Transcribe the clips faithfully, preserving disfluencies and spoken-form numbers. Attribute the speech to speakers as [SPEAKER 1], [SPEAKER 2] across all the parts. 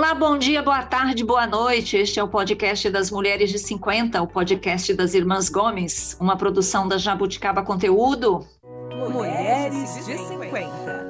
[SPEAKER 1] Olá, bom dia, boa tarde, boa noite. Este é o podcast das Mulheres de cinquenta, o podcast das Irmãs Gomes, uma produção da Jabuticaba Conteúdo.
[SPEAKER 2] Mulheres de cinquenta.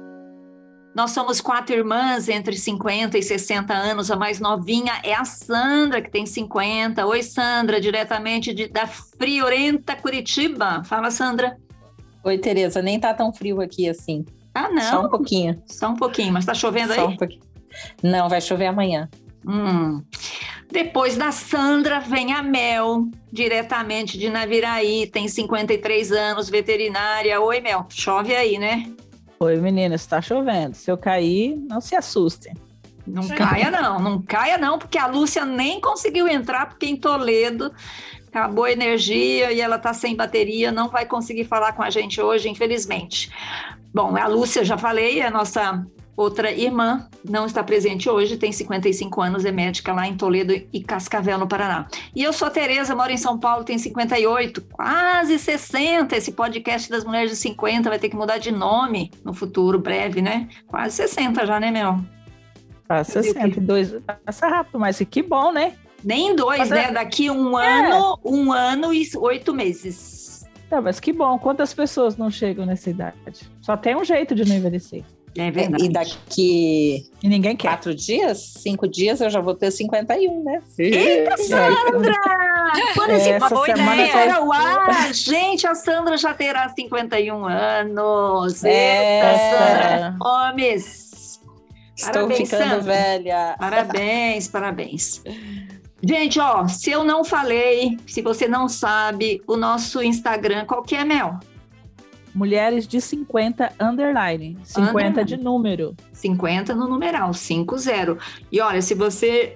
[SPEAKER 1] Nós somos quatro irmãs entre cinquenta e sessenta anos. A mais novinha é a Sandra, que tem cinquenta. Oi, Sandra, diretamente de, da friorenta Curitiba. Fala, Sandra.
[SPEAKER 3] Oi, Tereza, nem tá tão frio aqui assim.
[SPEAKER 1] Ah, não?
[SPEAKER 3] Só um pouquinho.
[SPEAKER 1] Só um pouquinho, mas tá chovendo aí?
[SPEAKER 3] Só um pouquinho. Não, vai chover amanhã.
[SPEAKER 1] Hum. Depois da Sandra vem a Mel, diretamente de Naviraí, tem cinquenta e três anos, veterinária. Oi, Mel, chove aí, né?
[SPEAKER 4] Oi, meninas, está chovendo. Se eu cair, não se assustem.
[SPEAKER 1] Não caia não, não caia não, porque a Lúcia nem conseguiu entrar, porque em Toledo acabou a energia e ela está sem bateria, não vai conseguir falar com a gente hoje, infelizmente. Bom, a Lúcia, já falei, é a nossa outra irmã, não está presente hoje, tem cinquenta e cinco anos, é médica lá em Toledo e Cascavel, no Paraná. E eu sou a Tereza, moro em São Paulo, tenho cinquenta e oito, quase sessenta. Esse podcast das Mulheres de cinquenta vai ter que mudar de nome no futuro breve, né? Quase sessenta já, né, Mel?
[SPEAKER 4] Quase sessenta e dois, passa rápido, mas que bom, né?
[SPEAKER 1] Nem dois, mas né? É... Daqui um é. ano, um ano e oito meses.
[SPEAKER 4] Tá, mas que bom, quantas pessoas não chegam nessa idade? Só tem um jeito de não envelhecer.
[SPEAKER 1] É verdade.
[SPEAKER 3] E daqui
[SPEAKER 4] e ninguém quer.
[SPEAKER 3] quatro dias, cinco dias, eu já vou ter cinquenta e um, né?
[SPEAKER 1] Eita, Sandra! Quando esse
[SPEAKER 4] Essa
[SPEAKER 1] boa
[SPEAKER 4] semana
[SPEAKER 1] ideia era o ar, gente, a Sandra já terá cinquenta e um anos.
[SPEAKER 3] É.
[SPEAKER 1] Eita, Sandra! Homens!
[SPEAKER 3] Estou
[SPEAKER 1] Parabéns,
[SPEAKER 3] ficando
[SPEAKER 1] Sandra.
[SPEAKER 3] velha.
[SPEAKER 1] Parabéns, parabéns. Gente, ó, se eu não falei, se você não sabe, o nosso Instagram, qual que é, Mel?
[SPEAKER 4] Mulheres de cinquenta, underline. cinquenta underline. De número.
[SPEAKER 1] cinquenta no numeral, cinco zero. E olha, se você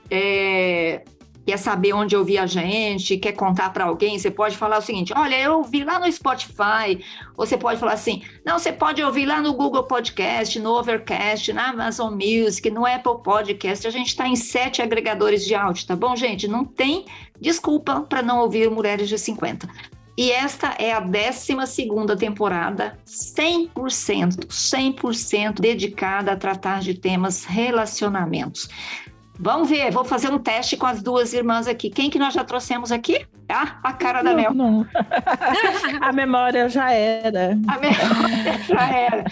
[SPEAKER 1] é, quer saber onde ouvir a gente, quer contar para alguém, você pode falar o seguinte: olha, eu ouvi lá no Spotify. Ou você pode falar assim: não, você pode ouvir lá no Google Podcast, no Overcast, na Amazon Music, no Apple Podcast. A gente está em sete agregadores de áudio, tá bom, gente? Não tem desculpa para não ouvir Mulheres de cinquenta. E esta é a décima segunda temporada, cem por cento, cem por cento dedicada a tratar de temas relacionamentos. Vamos ver, vou fazer um teste com as duas irmãs aqui. Quem que nós já trouxemos aqui? Ah, a cara da Mel.
[SPEAKER 4] Não, não. A memória já era.
[SPEAKER 1] A memória já era.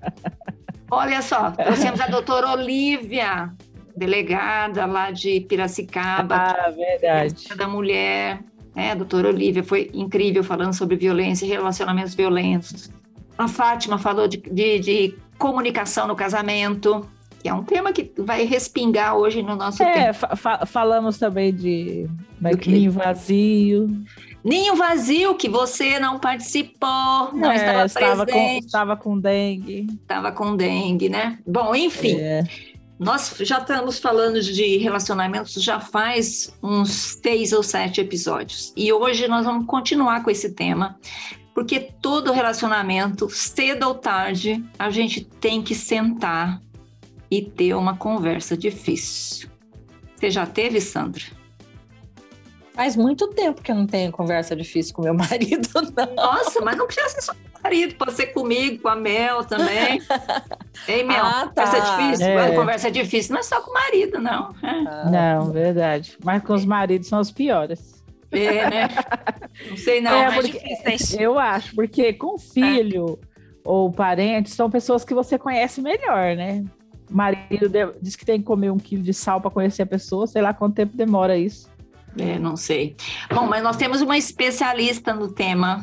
[SPEAKER 1] Olha só, trouxemos a doutora Olívia, delegada lá de Piracicaba.
[SPEAKER 4] Ah, verdade.
[SPEAKER 1] Da mulher. É, a doutora Olívia foi incrível falando sobre violência e relacionamentos violentos. A Fátima falou de, de, de comunicação no casamento, que é um tema que vai respingar hoje no nosso
[SPEAKER 4] é,
[SPEAKER 1] tempo.
[SPEAKER 4] Fa- fa- falamos também de ninho vazio.
[SPEAKER 1] Ninho vazio, que você não participou, não
[SPEAKER 4] é,
[SPEAKER 1] estava,
[SPEAKER 4] estava
[SPEAKER 1] presente.
[SPEAKER 4] Com, estava com dengue.
[SPEAKER 1] Estava com dengue, né? Bom, enfim...
[SPEAKER 4] É.
[SPEAKER 1] Nós já estamos falando de relacionamentos já faz uns seis ou sete episódios. E hoje nós vamos continuar com esse tema, porque todo relacionamento, cedo ou tarde, a gente tem que sentar e ter uma conversa difícil. Você já teve, Sandra?
[SPEAKER 3] Faz muito tempo que eu não tenho conversa difícil com meu marido, não.
[SPEAKER 1] Nossa, mas não precisa ser só com o marido, pode ser comigo, com a Mel também. Ei, Mel,
[SPEAKER 3] Ah, tá.
[SPEAKER 1] conversa difícil?
[SPEAKER 4] É.
[SPEAKER 1] Conversa difícil não é só com o marido, não. É.
[SPEAKER 3] Ah,
[SPEAKER 4] Não, verdade. Mas com os maridos são os piores.
[SPEAKER 1] É, né? Não sei não,
[SPEAKER 4] É,
[SPEAKER 1] mas
[SPEAKER 4] porque-
[SPEAKER 1] difíceis.
[SPEAKER 4] Eu acho, porque com filho ou parentes são pessoas que você conhece melhor, né? O marido de- diz que tem que comer um quilo de sal para conhecer a pessoa, sei lá quanto tempo demora isso.
[SPEAKER 1] É, não sei. Bom, mas nós temos uma especialista no tema.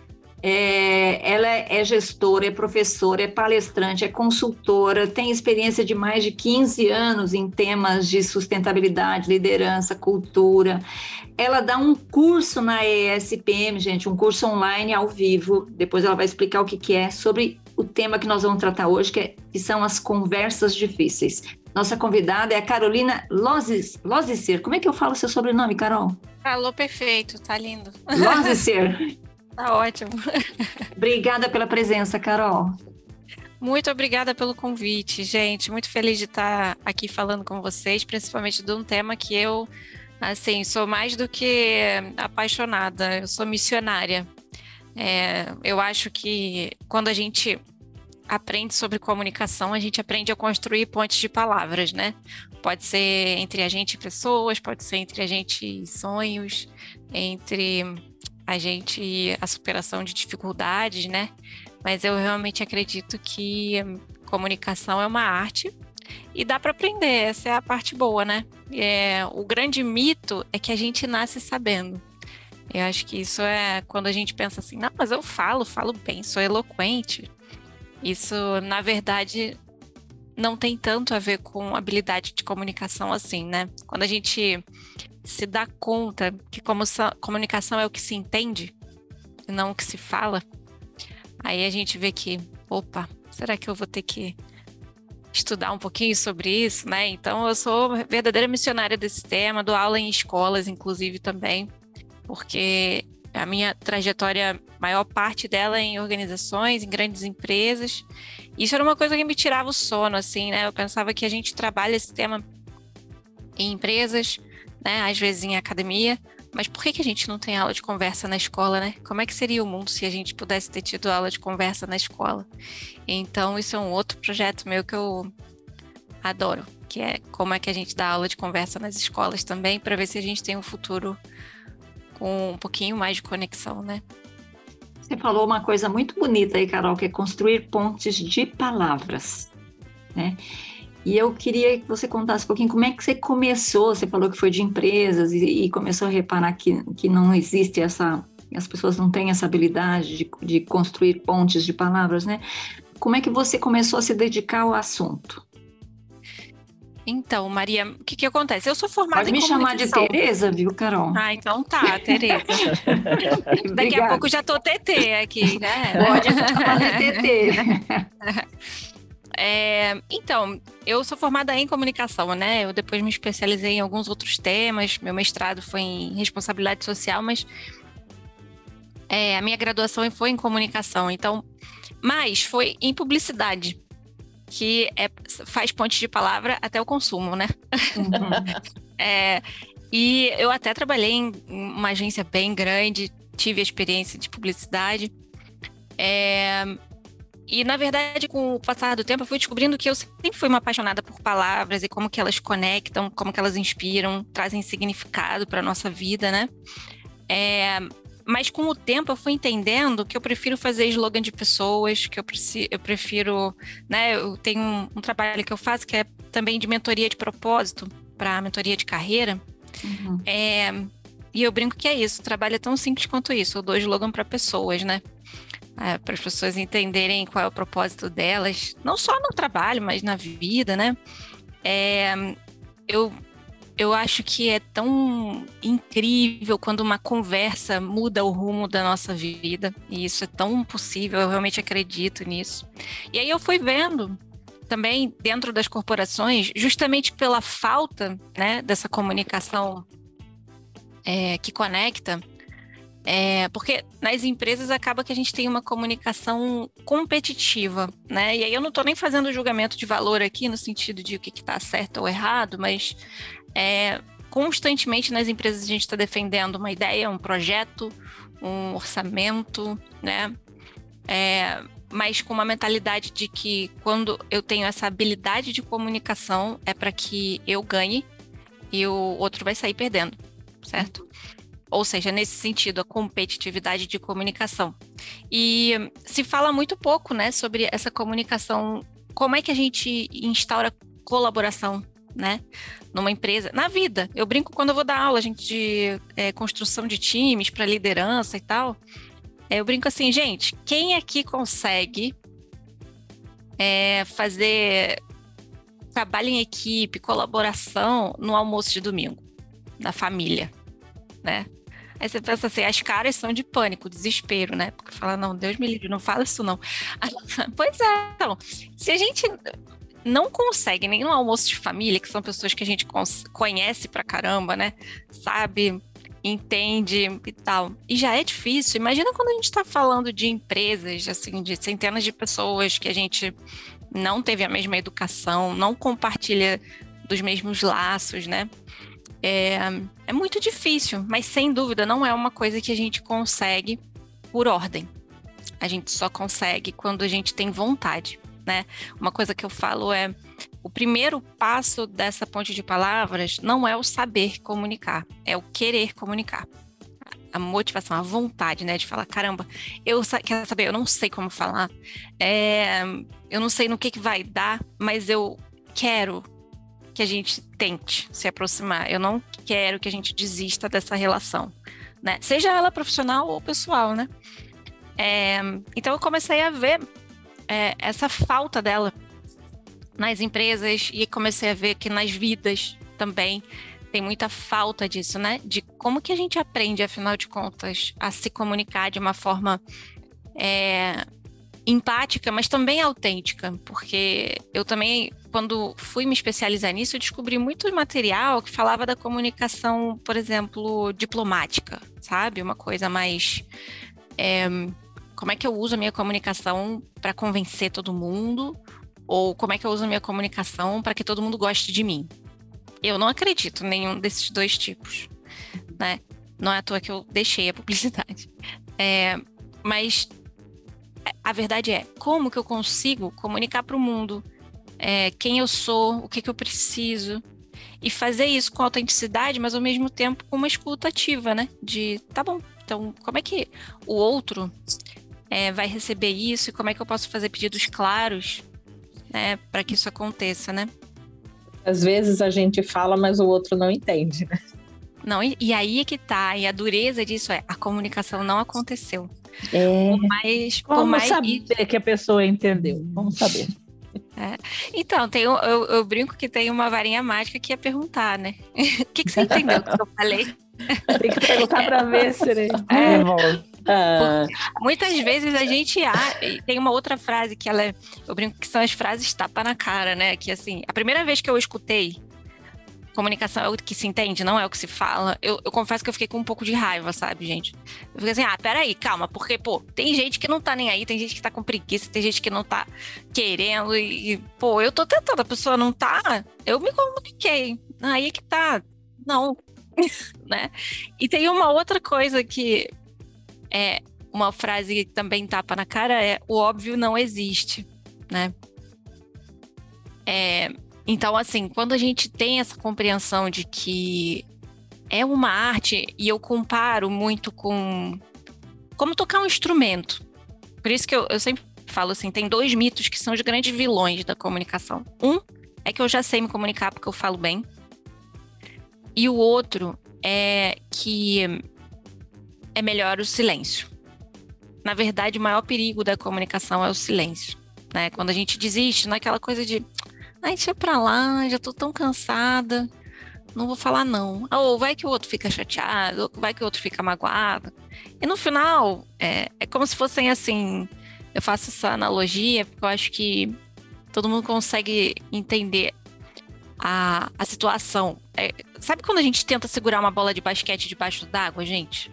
[SPEAKER 1] É, ela é gestora, é professora, é palestrante, é consultora, tem experiência de mais de quinze anos em temas de sustentabilidade, liderança, cultura. Ela dá um curso na E S P M, gente, um curso online ao vivo. Depois ela vai explicar o que, que é sobre o tema que nós vamos tratar hoje, que, é, que são as conversas difíceis. Nossa convidada é a Carolina Lozicer. Como é que eu falo seu sobrenome, Carol?
[SPEAKER 5] Falou perfeito, tá lindo.
[SPEAKER 1] Lozicer.
[SPEAKER 5] Tá ótimo.
[SPEAKER 1] Obrigada pela presença, Carol.
[SPEAKER 5] Muito obrigada pelo convite, gente. Muito feliz de estar aqui falando com vocês, principalmente de um tema que eu, assim, sou mais do que apaixonada. Eu sou missionária. É, eu acho que quando a gente aprende sobre comunicação, a gente aprende a construir pontes de palavras, né? Pode ser entre a gente e pessoas, pode ser entre a gente e sonhos, entre a gente e a superação de dificuldades, né? Mas eu realmente acredito que comunicação é uma arte e dá para aprender, essa é a parte boa, né? É, o grande mito é que a gente nasce sabendo. Eu acho que isso é quando a gente pensa assim, não, mas eu falo, falo bem, sou eloquente. Isso, na verdade, não tem tanto a ver com habilidade de comunicação assim, né? Quando a gente se dá conta que como comunicação é o que se entende e não o que se fala, aí a gente vê que, opa, será que eu vou ter que estudar um pouquinho sobre isso, né? Então, eu sou verdadeira missionária desse tema, dou aula em escolas, inclusive, também, porque a minha trajetória, maior parte dela é em organizações, em grandes empresas. Isso era uma coisa que me tirava o sono, assim, né? Eu pensava que a gente trabalha esse tema em empresas, né? Às vezes em academia, mas por que que a gente não tem aula de conversa na escola, né? Como é que seria o mundo se a gente pudesse ter tido aula de conversa na escola? Então, isso é um outro projeto meu que eu adoro, que é como é que a gente dá aula de conversa nas escolas também, para ver se a gente tem um futuro com um pouquinho mais de conexão, né?
[SPEAKER 1] Você falou uma coisa muito bonita aí, Carol, que é construir pontes de palavras, né? E eu queria que você contasse um pouquinho como é que você começou. Você falou que foi de empresas e, e começou a reparar que, que não existe essa... As pessoas não têm essa habilidade de, de construir pontes de palavras, né? Como é que você começou a se dedicar ao assunto?
[SPEAKER 5] Então, Maria, o que que acontece? Eu sou formada
[SPEAKER 1] Pode
[SPEAKER 5] em comunicação.
[SPEAKER 1] Pode me chamar de Tereza, viu, Carol?
[SPEAKER 5] Ah, então tá, Tereza. Daqui a pouco já tô T T aqui, né?
[SPEAKER 1] Pode chamar de T T.
[SPEAKER 5] É, então, eu sou formada em comunicação, né? Eu depois me especializei em alguns outros temas. Meu mestrado foi em responsabilidade social, mas é, a minha graduação foi em comunicação. Então, mas foi em publicidade, que é, faz ponte de palavra até o consumo, né? Uhum. é, e eu até trabalhei em uma agência bem grande, tive a experiência de publicidade. É, e, na verdade, com o passar do tempo, eu fui descobrindo que eu sempre fui uma apaixonada por palavras e como que elas conectam, como que elas inspiram, trazem significado para a nossa vida, né? É, mas com o tempo eu fui entendendo que eu prefiro fazer slogan de pessoas, que eu, preci, eu prefiro, né, eu tenho um, um trabalho que eu faço que é também de mentoria de propósito para mentoria de carreira. Uhum. É, e eu brinco que é isso, o trabalho é tão simples quanto isso, eu dou slogan para pessoas, né? É, para as pessoas entenderem qual é o propósito delas, não só no trabalho, mas na vida, né? É, eu Eu acho que é tão incrível quando uma conversa muda o rumo da nossa vida, e isso é tão possível, eu realmente acredito nisso. E aí eu fui vendo também dentro das corporações, justamente pela falta, né, dessa comunicação é, que conecta, é, porque nas empresas acaba que a gente tem uma comunicação competitiva, né? E aí eu não estou nem fazendo julgamento de valor aqui no sentido de o que está certo ou errado, mas É, constantemente nas empresas a gente está defendendo uma ideia, um projeto, um orçamento, né? É, mas com uma mentalidade de que quando eu tenho essa habilidade de comunicação é para que eu ganhe e o outro vai sair perdendo, certo? Ou seja, nesse sentido, a competitividade de comunicação. E se fala muito pouco, né, sobre essa comunicação, como é que a gente instaura colaboração, né, numa empresa, na vida. Eu brinco quando eu vou dar aula, gente, de é, construção de times para liderança e tal. É, eu brinco assim, gente, quem aqui consegue é, fazer trabalho em equipe, colaboração no almoço de domingo, da família, né? Aí você pensa assim, as caras são de pânico, desespero, né? Porque fala, não, Deus me livre, não fala isso não. Pois é, então, se a gente não consegue nem no almoço de família, que são pessoas que a gente conhece pra caramba, né? Sabe, entende e tal. E já é difícil. Imagina quando a gente tá falando de empresas, assim, de centenas de pessoas que a gente não teve a mesma educação, não compartilha dos mesmos laços, né? É, é muito difícil, mas sem dúvida não é uma coisa que a gente consegue por ordem. a gente só consegue quando a gente tem vontade, né? Uma coisa que eu falo é, o primeiro passo dessa ponte de palavras não é o saber comunicar, é o querer comunicar. A motivação, a vontade, né, de falar, caramba, eu quero saber, eu não sei como falar, é, eu não sei no que, que vai dar, mas eu quero que a gente tente se aproximar, eu não quero que a gente desista dessa relação, né, seja ela profissional ou pessoal, né. É, então eu comecei a ver é, essa falta dela nas empresas e comecei a ver que nas vidas também tem muita falta disso, né? De como que a gente aprende, afinal de contas, a se comunicar de uma forma é, empática, mas também autêntica. Porque eu também, quando fui me especializar nisso, eu descobri muito material que falava da comunicação, por exemplo, diplomática, sabe? Uma coisa mais... É, como é que eu uso a minha comunicação para convencer todo mundo? Ou como é que eu uso a minha comunicação para que todo mundo goste de mim? Eu não acredito em nenhum desses dois tipos, né? Não é à toa que eu deixei a publicidade. É, mas a verdade é, como que eu consigo comunicar para o mundo é, quem eu sou, o que, que eu preciso, e fazer isso com autenticidade, mas ao mesmo tempo com uma escuta ativa, né? De, tá bom, então como é que o outro é, vai receber isso e como é que eu posso fazer pedidos claros, né, para que isso aconteça, né?
[SPEAKER 3] Às vezes a gente fala, mas o outro não entende, né?
[SPEAKER 5] Não, e, e aí é que tá, e a dureza disso é, a comunicação não aconteceu.
[SPEAKER 3] É.
[SPEAKER 5] Por mais, por
[SPEAKER 4] Vamos
[SPEAKER 5] mais
[SPEAKER 4] saber
[SPEAKER 5] isso-
[SPEAKER 4] que a pessoa entendeu. Vamos saber.
[SPEAKER 5] Então, tem, um- eu, eu brinco que tem uma varinha mágica que é perguntar, né? O que, que você entendeu do que eu falei?
[SPEAKER 4] Tem que perguntar para ver se ele
[SPEAKER 5] É.
[SPEAKER 4] devolve.
[SPEAKER 3] Ah,
[SPEAKER 5] Muitas vezes a gente ah, e tem uma outra frase que ela é, eu brinco que são as frases tapa na cara, né? Que assim, a primeira vez que eu escutei comunicação é o que se entende, não é o que se fala, eu, eu confesso que eu fiquei com um pouco de raiva, sabe, gente? Eu fiquei assim, ah, peraí, calma, porque, pô, tem gente que não tá nem aí, tem gente que tá com preguiça, tem gente que não tá querendo e, e, pô, eu tô tentando, a pessoa não tá, eu me comuniquei, aí é que tá, não, né? E tem uma outra coisa que é uma frase que também tapa na cara, é o óbvio não existe, né? É, então, assim, quando a gente tem essa compreensão de que é uma arte, e eu comparo muito com como tocar um instrumento. Por isso que eu, eu sempre falo assim, tem dois mitos que são os grandes vilões da comunicação. Um é que eu já sei me comunicar porque eu falo bem. E o outro é que é melhor o silêncio. Na verdade, o maior perigo da comunicação é o silêncio, né? Quando a gente desiste, naquela coisa de ai, deixa pra lá, já tô tão cansada, não vou falar não. Ou vai que o outro fica chateado, ou vai que o outro fica magoado. E no final, é, é como se fossem assim, eu faço essa analogia porque eu acho que todo mundo consegue entender a, a situação. É, sabe quando a gente tenta segurar uma bola de basquete debaixo d'água, gente?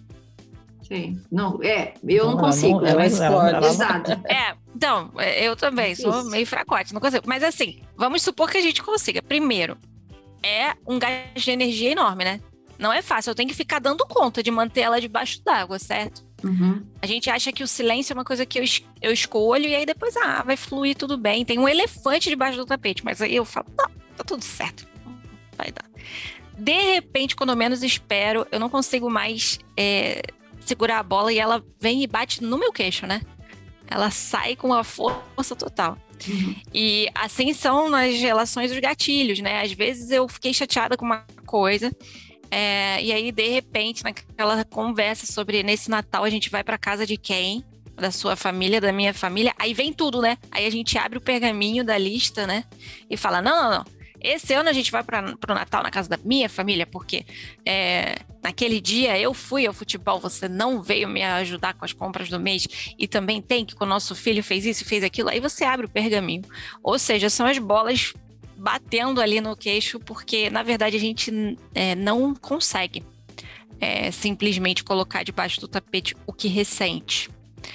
[SPEAKER 1] Sim. Não, é, eu não
[SPEAKER 4] Ela
[SPEAKER 1] consigo.
[SPEAKER 4] não- ela-
[SPEAKER 1] mas
[SPEAKER 4] ela- ela-
[SPEAKER 1] exato.
[SPEAKER 5] É, então, eu também sou
[SPEAKER 1] Isso.
[SPEAKER 5] meio fracote, não consigo. Mas assim, vamos supor que a gente consiga. Primeiro, é um gasto de energia enorme, né? Não é fácil, eu tenho que ficar dando conta de manter ela debaixo d'água, certo?
[SPEAKER 1] Uhum.
[SPEAKER 5] A gente acha que o silêncio é uma coisa que eu, es- eu escolho e aí depois, ah, vai fluir tudo bem. Tem um elefante debaixo do tapete, mas aí eu falo, não, tá tudo certo, vai dar. De repente, quando eu menos espero, eu não consigo mais é, segurar a bola e ela vem e bate no meu queixo, né? Ela sai com a força total.
[SPEAKER 1] Uhum.
[SPEAKER 5] E assim são nas relações dos gatilhos, né? Às vezes eu fiquei chateada com uma coisa, é, e aí, de repente, naquela conversa sobre nesse Natal a gente vai pra casa de quem? Da sua família, da minha família. Aí vem tudo, né? Aí a gente abre o pergaminho da lista, né? E fala, não, não, não. Esse ano a gente vai para o Natal na casa da minha família, porque é, naquele dia eu fui ao futebol, você não veio me ajudar com as compras do mês, e também tem que o nosso filho fez isso e fez aquilo, aí você abre o pergaminho. Ou seja, são as bolas batendo ali no queixo, porque na verdade a gente é, não consegue é, simplesmente colocar debaixo do tapete o que ressente.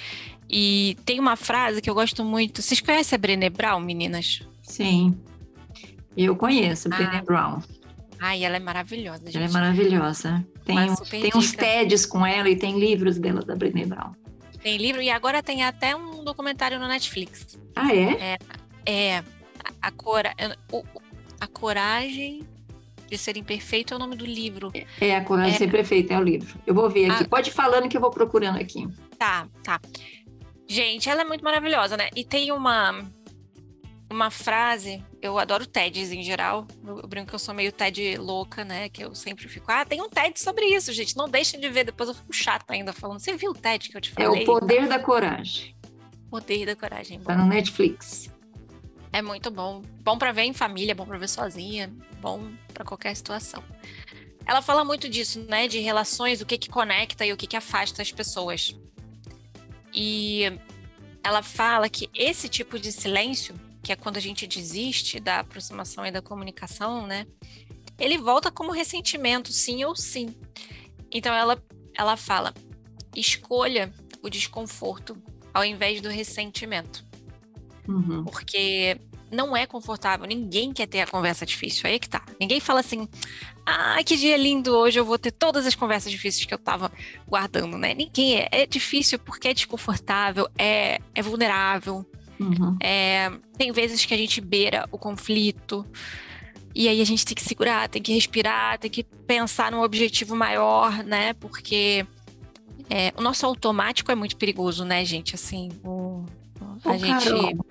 [SPEAKER 5] E tem uma frase que eu gosto muito, vocês conhecem a Brené Brown, meninas?
[SPEAKER 1] Sim. Eu conheço a Brené
[SPEAKER 5] Ah.
[SPEAKER 1] Brown.
[SPEAKER 5] Ai, ela é maravilhosa, gente.
[SPEAKER 1] Ela é maravilhosa. Tem,
[SPEAKER 5] Uma
[SPEAKER 1] um-
[SPEAKER 5] super
[SPEAKER 1] tem uns
[SPEAKER 5] dica.
[SPEAKER 1] TEDs com ela e tem livros dela da Brené Brown.
[SPEAKER 5] Tem livro e agora tem até um documentário no Netflix.
[SPEAKER 1] Ah, é?
[SPEAKER 5] É, é a, cora, o, a Coragem de Ser Imperfeito é o nome do livro.
[SPEAKER 1] É, A Coragem de
[SPEAKER 5] É.
[SPEAKER 1] Ser Perfeita é o livro. Eu vou ver aqui.
[SPEAKER 5] Ah.
[SPEAKER 1] Pode ir falando que eu vou procurando aqui.
[SPEAKER 5] Tá, tá. Gente, ela é muito maravilhosa, né? E tem uma, uma frase, eu adoro TEDs em geral, eu, eu brinco que eu sou meio TED louca, né? Que eu sempre fico, ah, tem um TED sobre isso, gente, não deixem de ver, depois eu fico chata ainda falando, você viu o TED que eu te
[SPEAKER 1] É
[SPEAKER 5] falei?
[SPEAKER 1] O Poder da Coragem.
[SPEAKER 5] Poder da Coragem.
[SPEAKER 1] Tá no Netflix.
[SPEAKER 5] É muito bom. Bom pra ver em família, bom pra ver sozinha, bom pra qualquer situação. Ela fala muito disso, né? De relações, o que que conecta e o que que afasta as pessoas. E ela fala que esse tipo de silêncio, que é quando a gente desiste da aproximação e da comunicação, né? Ele volta como ressentimento, sim ou sim. Então ela, ela fala, escolha o desconforto ao invés do ressentimento.
[SPEAKER 1] Uhum.
[SPEAKER 5] Porque não é confortável, ninguém quer ter a conversa difícil, aí que tá. Ninguém fala assim, ah, que dia lindo, hoje eu vou ter todas as conversas difíceis que eu tava guardando, né? Ninguém é, é difícil porque é desconfortável, é, é vulnerável,
[SPEAKER 1] Uhum.
[SPEAKER 5] é, tem vezes que a gente beira o conflito, e aí a gente tem que segurar, tem que respirar, tem que pensar num objetivo maior, né? Porque é, o nosso automático é muito perigoso, né, gente? Assim, o, a
[SPEAKER 1] Ô,
[SPEAKER 5] gente...
[SPEAKER 1] Carol,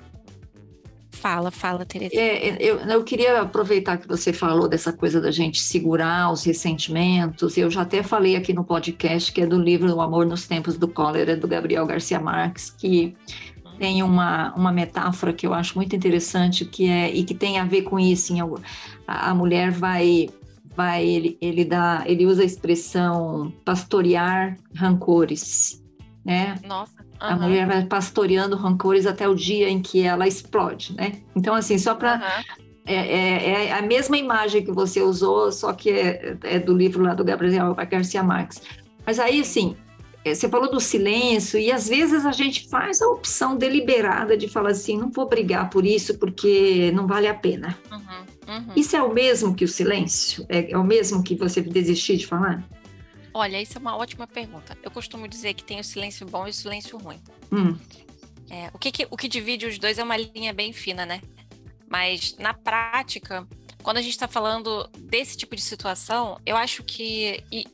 [SPEAKER 5] Fala, fala, Tereza.
[SPEAKER 1] É, eu, eu queria aproveitar que você falou dessa coisa da gente segurar os ressentimentos. Eu já até falei aqui no podcast, que é do livro O Amor nos Tempos do Cólera, do Gabriel Garcia Marques, que tem uma, uma metáfora que eu acho muito interessante, que é, e que tem a ver com isso. Em, algum- a, a mulher vai, vai ele, ele, dá, ele usa a expressão pastorear rancores, né?
[SPEAKER 5] Nossa.
[SPEAKER 1] A
[SPEAKER 5] aham,
[SPEAKER 1] mulher vai pastoreando rancores até o dia em que ela explode, né? Então, assim, só para...
[SPEAKER 5] aham.
[SPEAKER 1] É, é- é a mesma imagem que você usou, só que é, é do livro lá do Gabriel Garcia Marques. Mas aí, assim, é, você falou do silêncio, e às vezes a gente faz a opção deliberada de falar assim, não vou brigar por isso porque não vale a pena.
[SPEAKER 5] Uhum, uhum.
[SPEAKER 1] Isso é o mesmo que o silêncio? É, é o mesmo que você desistir de falar?
[SPEAKER 5] Olha, isso é uma ótima pergunta. Eu costumo dizer que tem o silêncio bom e o silêncio ruim.
[SPEAKER 1] Hum,
[SPEAKER 5] É, o que, que- o que divide os dois é uma linha bem fina, né? Mas na prática, quando a gente está falando desse tipo de situação, eu acho que e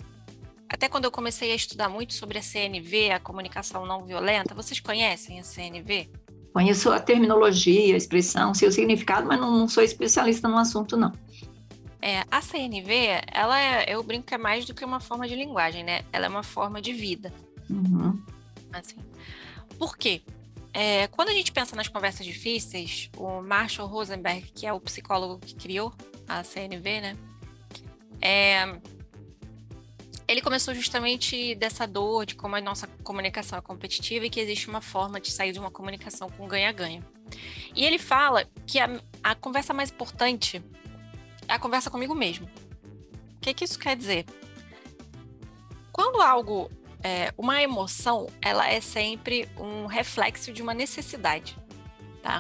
[SPEAKER 5] até quando eu comecei a estudar muito sobre a C N V, a comunicação não violenta, vocês conhecem a C N V?
[SPEAKER 1] conheço a terminologia, a expressão, sei o significado, mas não, não sou especialista no assunto, não.
[SPEAKER 5] É, a C N V, ela é, eu brinco que é mais do que uma forma de linguagem, né? Ela é uma forma de vida.
[SPEAKER 1] Uhum.
[SPEAKER 5] Assim. Por quê? É, quando a gente pensa nas conversas difíceis, o Marshall Rosenberg, que é o psicólogo que criou a C N V, né? É, ele começou justamente dessa dor de como a nossa comunicação é competitiva e que existe uma forma de sair de uma comunicação com ganha-ganha. E ele fala que a, a conversa mais importante é a conversa comigo mesmo. O que que isso quer dizer? Quando algo, é, uma emoção, ela é sempre um reflexo de uma necessidade, tá?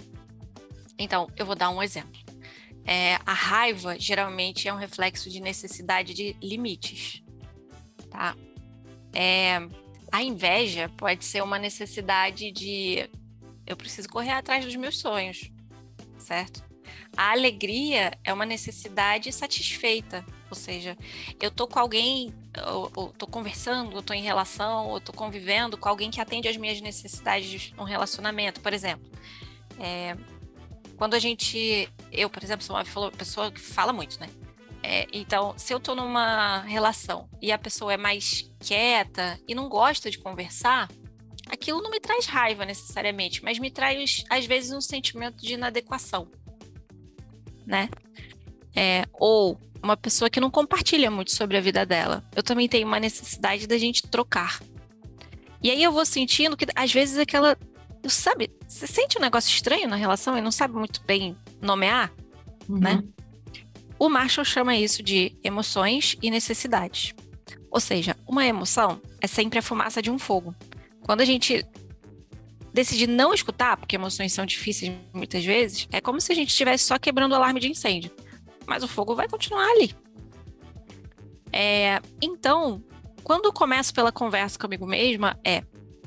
[SPEAKER 5] Então, eu vou dar um exemplo. É, a raiva, geralmente, é um reflexo de necessidade de limites, tá? É, a inveja pode ser uma necessidade de eu preciso correr atrás dos meus sonhos, certo? A alegria é uma necessidade satisfeita, ou seja, eu tô com alguém, eu, eu tô conversando, eu tô em relação, eu tô convivendo com alguém que atende às minhas necessidades num relacionamento, por exemplo. É, quando a gente, eu, por exemplo, sou uma pessoa que fala muito, né? É, então, se eu tô numa relação e a pessoa é mais quieta e não gosta de conversar, aquilo não me traz raiva necessariamente, mas me traz, às vezes, um sentimento de inadequação, né? É, ou uma pessoa que não compartilha muito sobre a vida dela. Eu também tenho uma necessidade da gente trocar. E aí eu vou sentindo que, às vezes, aquela... Sabe, você sente um negócio estranho na relação e não sabe muito bem nomear,
[SPEAKER 1] Uhum.
[SPEAKER 5] né? O Marshall chama isso de emoções e necessidades. Ou seja, uma emoção é sempre a fumaça de um fogo. Quando a gente decide não escutar, porque emoções são difíceis muitas vezes, é como se a gente estivesse só quebrando o alarme de incêndio. Mas o fogo vai continuar ali. É, então, quando eu começo pela conversa comigo mesma, é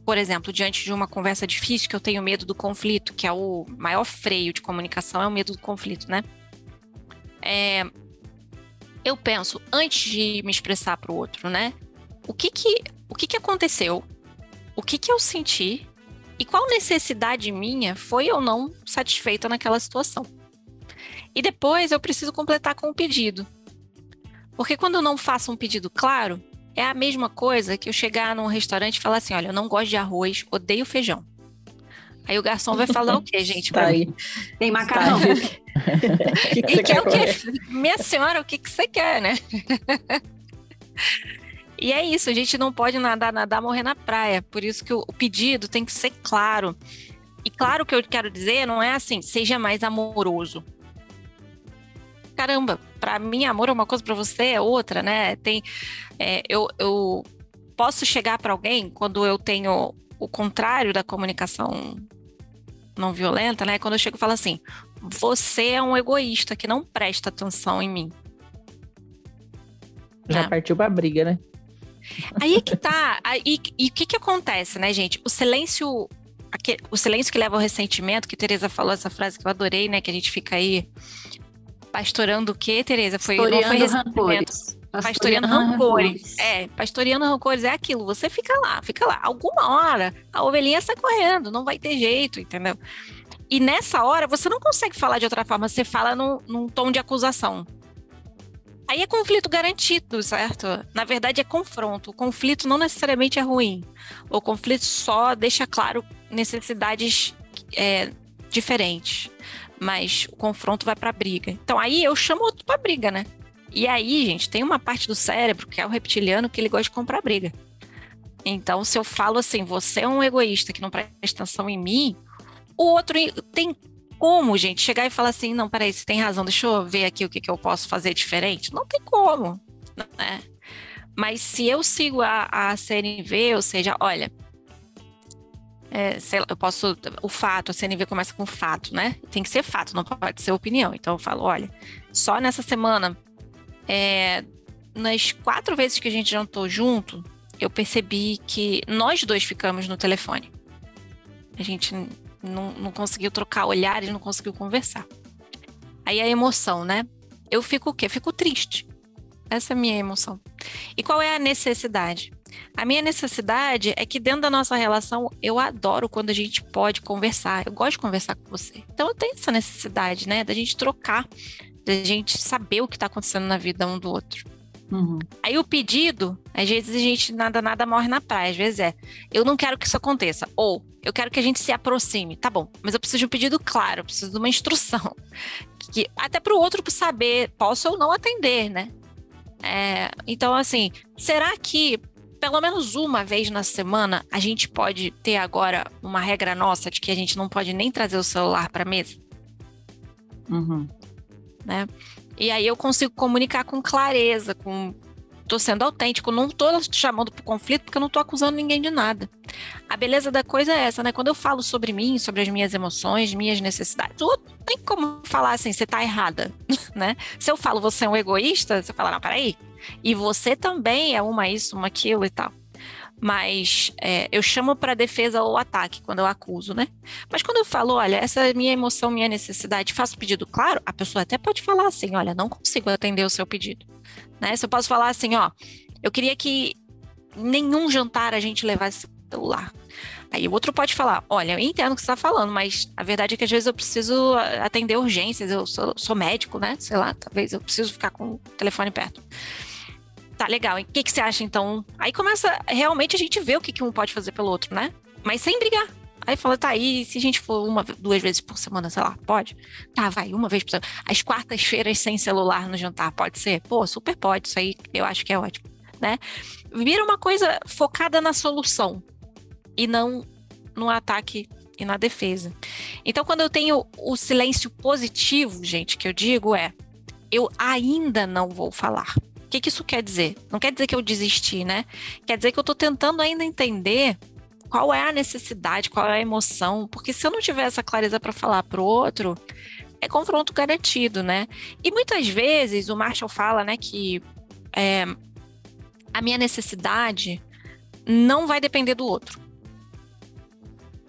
[SPEAKER 5] por exemplo, diante de uma conversa difícil, que eu tenho medo do conflito, que é o maior freio de comunicação, é o medo do conflito, né? É, eu penso, antes de me expressar para o outro, né? O que que, o que que aconteceu? O que que eu senti? E qual necessidade minha foi ou não satisfeita naquela situação? E depois eu preciso completar com o pedido. Porque quando eu não faço um pedido claro, é a mesma coisa que eu chegar num restaurante e falar assim, olha, eu não gosto de arroz, odeio feijão. Aí o garçom vai falar o quê, gente?
[SPEAKER 3] Tá aí.
[SPEAKER 1] Tem macarrão.
[SPEAKER 3] Tá. que que
[SPEAKER 5] E
[SPEAKER 3] você
[SPEAKER 5] quer
[SPEAKER 3] quer
[SPEAKER 5] o
[SPEAKER 3] comer?
[SPEAKER 5] quê? Minha senhora, o que, que você quer, né? E é isso, a gente não pode nadar, nadar, morrer na praia. Por isso que o, o pedido tem que ser claro. E claro, o que eu quero dizer não é assim, seja mais amoroso. Caramba, para mim amor é uma coisa, para você é outra, né? Tem, é, eu, eu posso chegar para alguém quando eu tenho o contrário da comunicação não violenta, né? Quando eu chego e falo assim, você é um egoísta que não presta atenção em mim.
[SPEAKER 4] Já
[SPEAKER 5] Né?
[SPEAKER 4] partiu pra briga, né?
[SPEAKER 5] Aí é que tá. Aí, e o que que acontece, né, gente? O silêncio, aque- o silêncio que leva ao ressentimento, que Tereza falou essa frase que eu adorei, né? Que a gente fica aí pastorando o quê, Tereza? Foi, não foi
[SPEAKER 1] Pastoreando
[SPEAKER 5] ressentimento.
[SPEAKER 1] rancores.
[SPEAKER 5] Pastoreando rancores. É, pastoreando rancores é aquilo. Você fica lá, fica lá. Alguma hora a ovelhinha sai correndo, não vai ter jeito, entendeu? E nessa hora você não consegue falar de outra forma, você fala num, num tom de acusação. Aí é conflito garantido, certo? Na verdade é confronto. O conflito não necessariamente é ruim. O conflito só deixa claro necessidades é, diferentes. Mas o confronto vai para a briga. Então aí eu chamo outro para briga, né? E aí, gente, tem uma parte do cérebro, que é o reptiliano, que ele gosta de comprar briga. Então, se eu falo assim, você é um egoísta que não presta atenção em mim, o outro tem como, gente, chegar e falar assim, não, peraí, você tem razão, deixa eu ver aqui o que, que eu posso fazer diferente. Não tem como, né? Mas se eu sigo a, a C N V, ou seja, olha, é, sei lá, eu posso, o fato, a C N V começa com fato, né? Tem que ser fato, não pode ser opinião. Então eu falo, olha, só nessa semana, é, nas quatro vezes que a gente jantou junto, eu percebi que nós dois ficamos no telefone. A gente não, não conseguiu trocar olhares, não conseguiu conversar. Aí a emoção, né? Eu fico o quê? Fico triste. Essa é a minha emoção. E qual é a necessidade? A minha necessidade é que dentro da nossa relação, eu adoro quando a gente pode conversar. Eu gosto de conversar com você. Então eu tenho essa necessidade, né? Da gente trocar, da gente saber o que está acontecendo na vida um do outro.
[SPEAKER 1] Uhum.
[SPEAKER 5] Aí o pedido, às vezes a gente nada, nada morre na praia, às vezes é, eu não quero que isso aconteça, ou eu quero que a gente se aproxime, tá bom, mas eu preciso de um pedido claro, eu preciso de uma instrução, que, até para o outro saber, posso ou não atender, né? É, então assim, será que pelo menos uma vez na semana a gente pode ter agora uma regra nossa de que a gente não pode nem trazer o celular para a mesa?
[SPEAKER 1] Uhum.
[SPEAKER 5] Né? E aí eu consigo comunicar com clareza, com tô sendo autêntico, não tô chamando pro conflito porque eu não tô acusando ninguém de nada. A beleza da coisa é essa, né? Quando eu falo sobre mim, sobre as minhas emoções, minhas necessidades, o outro não tem como falar assim, você tá errada, né? Se eu falo você é um egoísta, você fala, não, peraí, e você também é uma isso, uma aquilo e tal. Mas é, eu chamo para defesa ou ataque quando eu acuso, né? Mas quando eu falo, olha, essa é minha emoção, minha necessidade, faço pedido claro, a pessoa até pode falar assim, olha, não consigo atender o seu pedido, né? Se eu posso falar assim, ó, eu queria que nenhum jantar a gente levasse celular. Aí o outro pode falar, olha, eu entendo o que você está falando, mas a verdade é que às vezes eu preciso atender urgências, eu sou, sou médico, né? Sei lá, talvez eu preciso ficar com o telefone perto. Tá, legal. E o que, que você acha, então? Aí começa, realmente, a gente vê o que, que um pode fazer pelo outro, né? Mas sem brigar. Aí fala, tá, e se a gente for uma, duas vezes por semana, sei lá, pode? Tá, vai, uma vez por semana. As quartas-feiras sem celular no jantar, pode ser? Pô, super pode, isso aí eu acho que é ótimo, né? Vira uma coisa focada na solução e não no ataque e na defesa. Então, quando eu tenho o silêncio positivo, gente, que eu digo é, eu ainda não vou falar. O que, que isso quer dizer? Não quer dizer que eu desisti, né? Quer dizer que eu estou tentando ainda entender qual é a necessidade, qual é a emoção, porque se eu não tiver essa clareza para falar para o outro, é confronto garantido, né? E muitas vezes o Marshall fala, né, que é, a minha necessidade não vai depender do outro.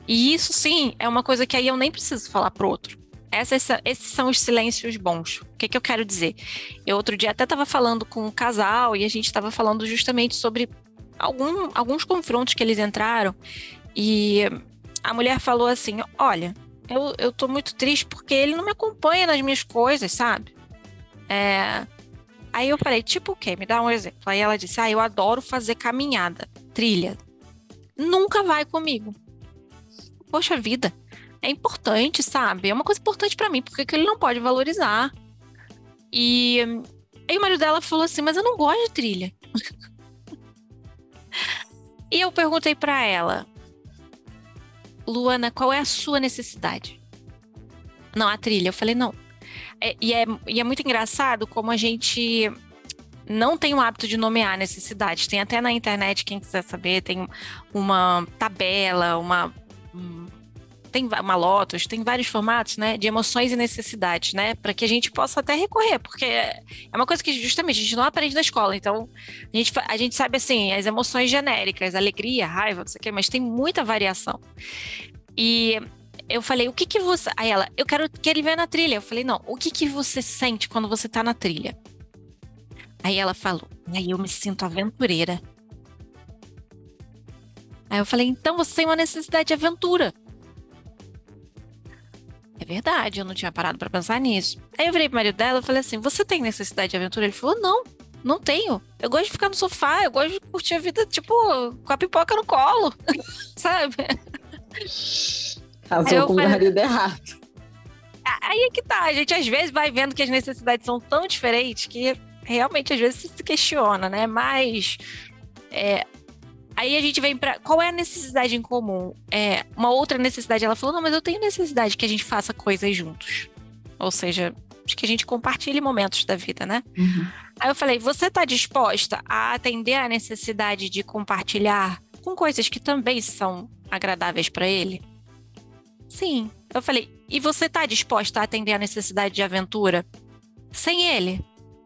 [SPEAKER 5] E isso, sim, é uma coisa que aí eu nem preciso falar pro outro. Essas, esses são os silêncios bons. O que, que eu quero dizer? Eu outro dia até estava falando com um casal e a gente estava falando justamente sobre algum, alguns confrontos que eles entraram. E a mulher falou assim, olha, eu, eu tô muito triste porque ele não me acompanha nas minhas coisas, sabe? É... Aí eu falei, tipo o quê? Me dá um exemplo. Aí ela disse, ah, eu adoro fazer caminhada, trilha. Nunca vai comigo. Poxa vida, é importante, sabe? É uma coisa importante pra mim, porque que ele não pode valorizar? E aí o marido dela falou assim, mas eu não gosto de trilha. E eu perguntei pra ela, Luana, qual é a sua necessidade? Não, a trilha. Eu falei, não. É, e, é, e é muito engraçado como a gente não tem o hábito de nomear necessidades. Tem até na internet, quem quiser saber, tem uma tabela, uma... tem uma Lotus, tem vários formatos, né, de emoções e necessidades, né, para que a gente possa até recorrer, porque é uma coisa que justamente a gente não aprende na escola, então a gente, a gente sabe, assim, as emoções genéricas, alegria, raiva, não sei o quê, mas tem muita variação. E eu falei, o que que você... Aí ela, eu quero que ele venha na trilha. Eu falei, não, o que que você sente quando você tá na trilha? Aí ela falou, aí eu me sinto aventureira. Aí eu falei, então você tem uma necessidade de aventura. É verdade, eu não tinha parado pra pensar nisso. Aí eu virei pro marido dela e falei assim, você tem necessidade de aventura? Ele falou, não, não tenho. Eu gosto de ficar no sofá, eu gosto de curtir a vida, tipo, com a pipoca no colo, sabe?
[SPEAKER 3] Casou com o marido errado.
[SPEAKER 5] Aí é que tá, a gente às vezes vai vendo que as necessidades são tão diferentes que realmente às vezes se questiona, né? Mas... É, aí a gente vem pra... Qual é a necessidade em comum? É, uma outra necessidade, ela falou, não, mas eu tenho necessidade que a gente faça coisas juntos. Ou seja, que a gente compartilhe momentos da vida, né?
[SPEAKER 1] Uhum.
[SPEAKER 5] Aí eu falei, você tá disposta a atender a necessidade de compartilhar com coisas que também são agradáveis para ele? Sim. Eu falei, e você tá disposta a atender a necessidade de aventura sem ele?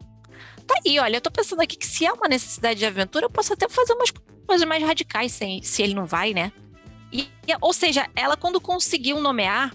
[SPEAKER 5] Tá aí, olha, eu tô pensando aqui que se é uma necessidade de aventura, eu posso até fazer umas coisas mais radicais sem, se ele não vai, né? E, ou seja, ela quando conseguiu nomear,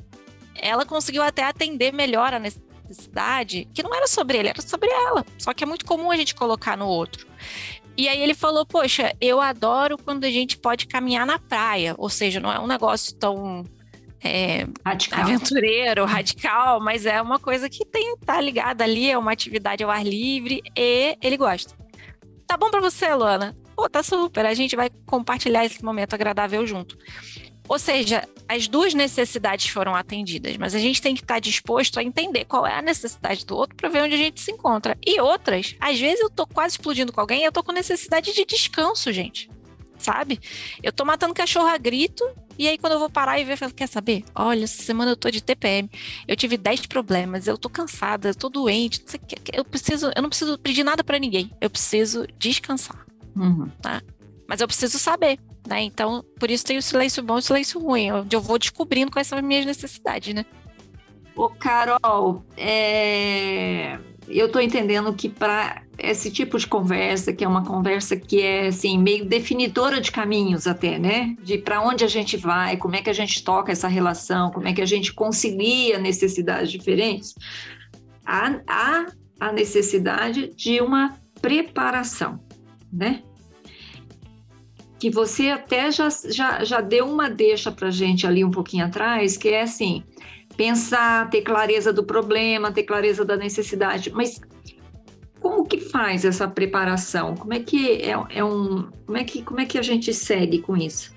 [SPEAKER 5] ela conseguiu até atender melhor a necessidade, que não era sobre ele, era sobre ela. Só que é muito comum a gente colocar no outro. E aí ele falou, poxa, eu adoro quando a gente pode caminhar na praia. Ou seja, não é um negócio tão... É,
[SPEAKER 1] radical.
[SPEAKER 5] Aventureiro, radical, mas é uma coisa que tem, tá ligada ali, é uma atividade ao ar livre e ele gosta. Tá bom pra você, Luana? Pô, tá super, a gente vai compartilhar esse momento agradável junto. Ou seja, as duas necessidades foram atendidas, mas a gente tem que estar disposto a entender qual é a necessidade do outro para ver onde a gente se encontra. E outras, às vezes eu tô quase explodindo com alguém e eu tô com necessidade de descanso, gente. Sabe? Eu tô matando cachorro a grito e aí quando eu vou parar e ver, eu falo, quer saber? Olha, essa semana eu tô de T P M, eu tive dez problemas, eu tô cansada, eu tô doente, não sei o que, eu preciso, eu não preciso pedir nada pra ninguém, eu preciso descansar,
[SPEAKER 1] Uhum.
[SPEAKER 5] tá? Mas eu preciso saber, né? Então, por isso tem o silêncio bom e o silêncio ruim, onde eu vou descobrindo quais são as minhas necessidades, né?
[SPEAKER 1] Ô, Carol, é... eu estou entendendo que para esse tipo de conversa, que é uma conversa que é assim, meio definidora de caminhos até, né? De para onde a gente vai, como é que a gente toca essa relação, como é que a gente concilia necessidades diferentes, há, há a necessidade de uma preparação, né? Que você até já, já, já deu uma deixa para a gente ali um pouquinho atrás, que é assim... Pensar, ter clareza do problema, ter clareza da necessidade, mas como que faz essa preparação? Como é que é, é um, como é que, como é que a gente segue com isso?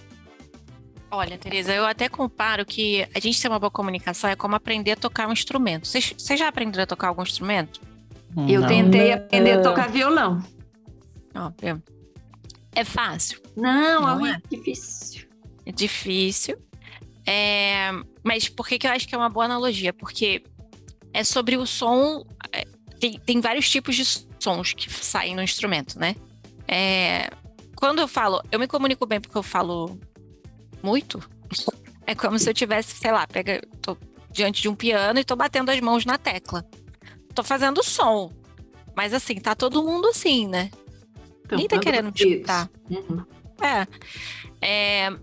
[SPEAKER 5] Olha, Tereza, eu até comparo que a gente ter uma boa comunicação é como aprender a tocar um instrumento. Vocês, vocês já aprenderam a tocar algum instrumento?
[SPEAKER 1] Eu
[SPEAKER 3] Não.
[SPEAKER 1] tentei aprender a tocar violão.
[SPEAKER 5] Ó, eu- é fácil.
[SPEAKER 1] Não,
[SPEAKER 5] Não
[SPEAKER 1] é
[SPEAKER 5] é?
[SPEAKER 1] muito difícil.
[SPEAKER 5] É difícil. É, mas por que que eu acho que é uma boa analogia? Porque é sobre o som. é, Tem, tem vários tipos de sons que saem no instrumento, né? É, quando eu falo, eu me comunico bem porque eu falo muito. É como se eu tivesse, sei lá, pega, tô diante de um piano e tô batendo as mãos na tecla. Tô fazendo som. Mas assim, tá todo mundo assim, né?
[SPEAKER 1] Então,
[SPEAKER 5] Nem tá
[SPEAKER 1] tanto
[SPEAKER 5] querendo me
[SPEAKER 1] isso.
[SPEAKER 5] escutar.
[SPEAKER 1] Uhum.
[SPEAKER 5] É, é,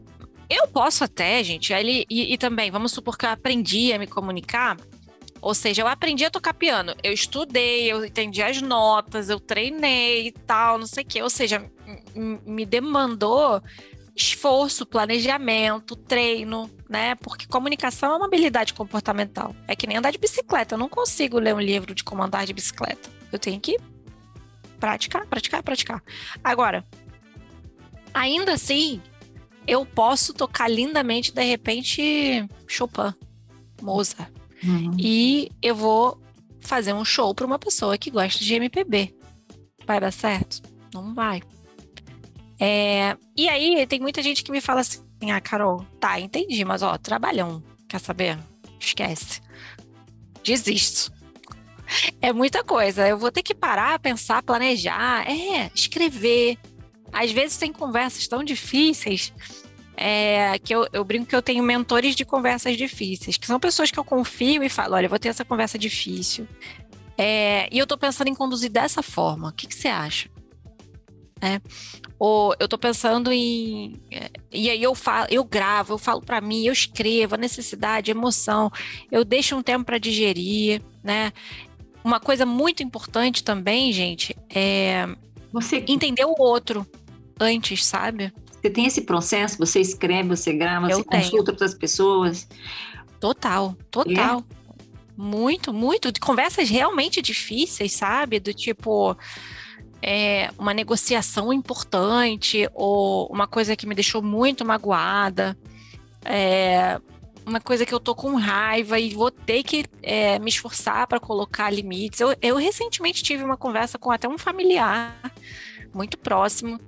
[SPEAKER 5] Eu posso até, gente, ele, e, e também, vamos supor que eu aprendi a me comunicar, ou seja, eu aprendi a tocar piano, eu estudei, eu entendi as notas, eu treinei e tal, não sei o quê, ou seja, m- me demandou esforço, planejamento, treino, né? Porque comunicação é uma habilidade comportamental, é que nem andar de bicicleta, eu não consigo ler um livro de como andar de bicicleta, eu tenho que praticar, praticar, praticar. Agora, ainda assim, eu posso tocar lindamente, de repente, Chopin, Mozart.
[SPEAKER 1] Uhum.
[SPEAKER 5] E eu vou fazer um show para uma pessoa que gosta de M P B. Vai dar certo? Não vai. É, e aí, tem muita gente que me fala assim, ah, Carol, tá, entendi, mas ó, trabalhão, quer saber? Esquece. Desisto. É muita coisa. Eu vou ter que parar, pensar, planejar, é, escrever. Às vezes tem conversas tão difíceis é, que eu, eu brinco que eu tenho mentores de conversas difíceis, que são pessoas que eu confio e falo, olha, eu vou ter essa conversa difícil. É, e eu tô pensando em conduzir dessa forma. O que, que você acha? É, ou eu tô pensando em... E aí eu falo, eu gravo, eu falo para mim, eu escrevo, a necessidade, a emoção. Eu deixo um tempo para digerir, né? Uma coisa muito importante também, gente, é...
[SPEAKER 1] Você,
[SPEAKER 5] entender o outro antes, sabe?
[SPEAKER 1] você tem esse processo, você escreve, você grava,
[SPEAKER 5] Eu
[SPEAKER 1] você
[SPEAKER 5] tenho.
[SPEAKER 1] consulta outras pessoas.
[SPEAKER 5] Total, total. Muito, muito. De conversas realmente difíceis, sabe? Do tipo, é, uma negociação importante ou uma coisa que me deixou muito magoada. É, uma coisa que eu tô com raiva e vou ter que é, me esforçar para colocar limites. Eu, eu recentemente tive uma conversa com até um familiar muito próximo,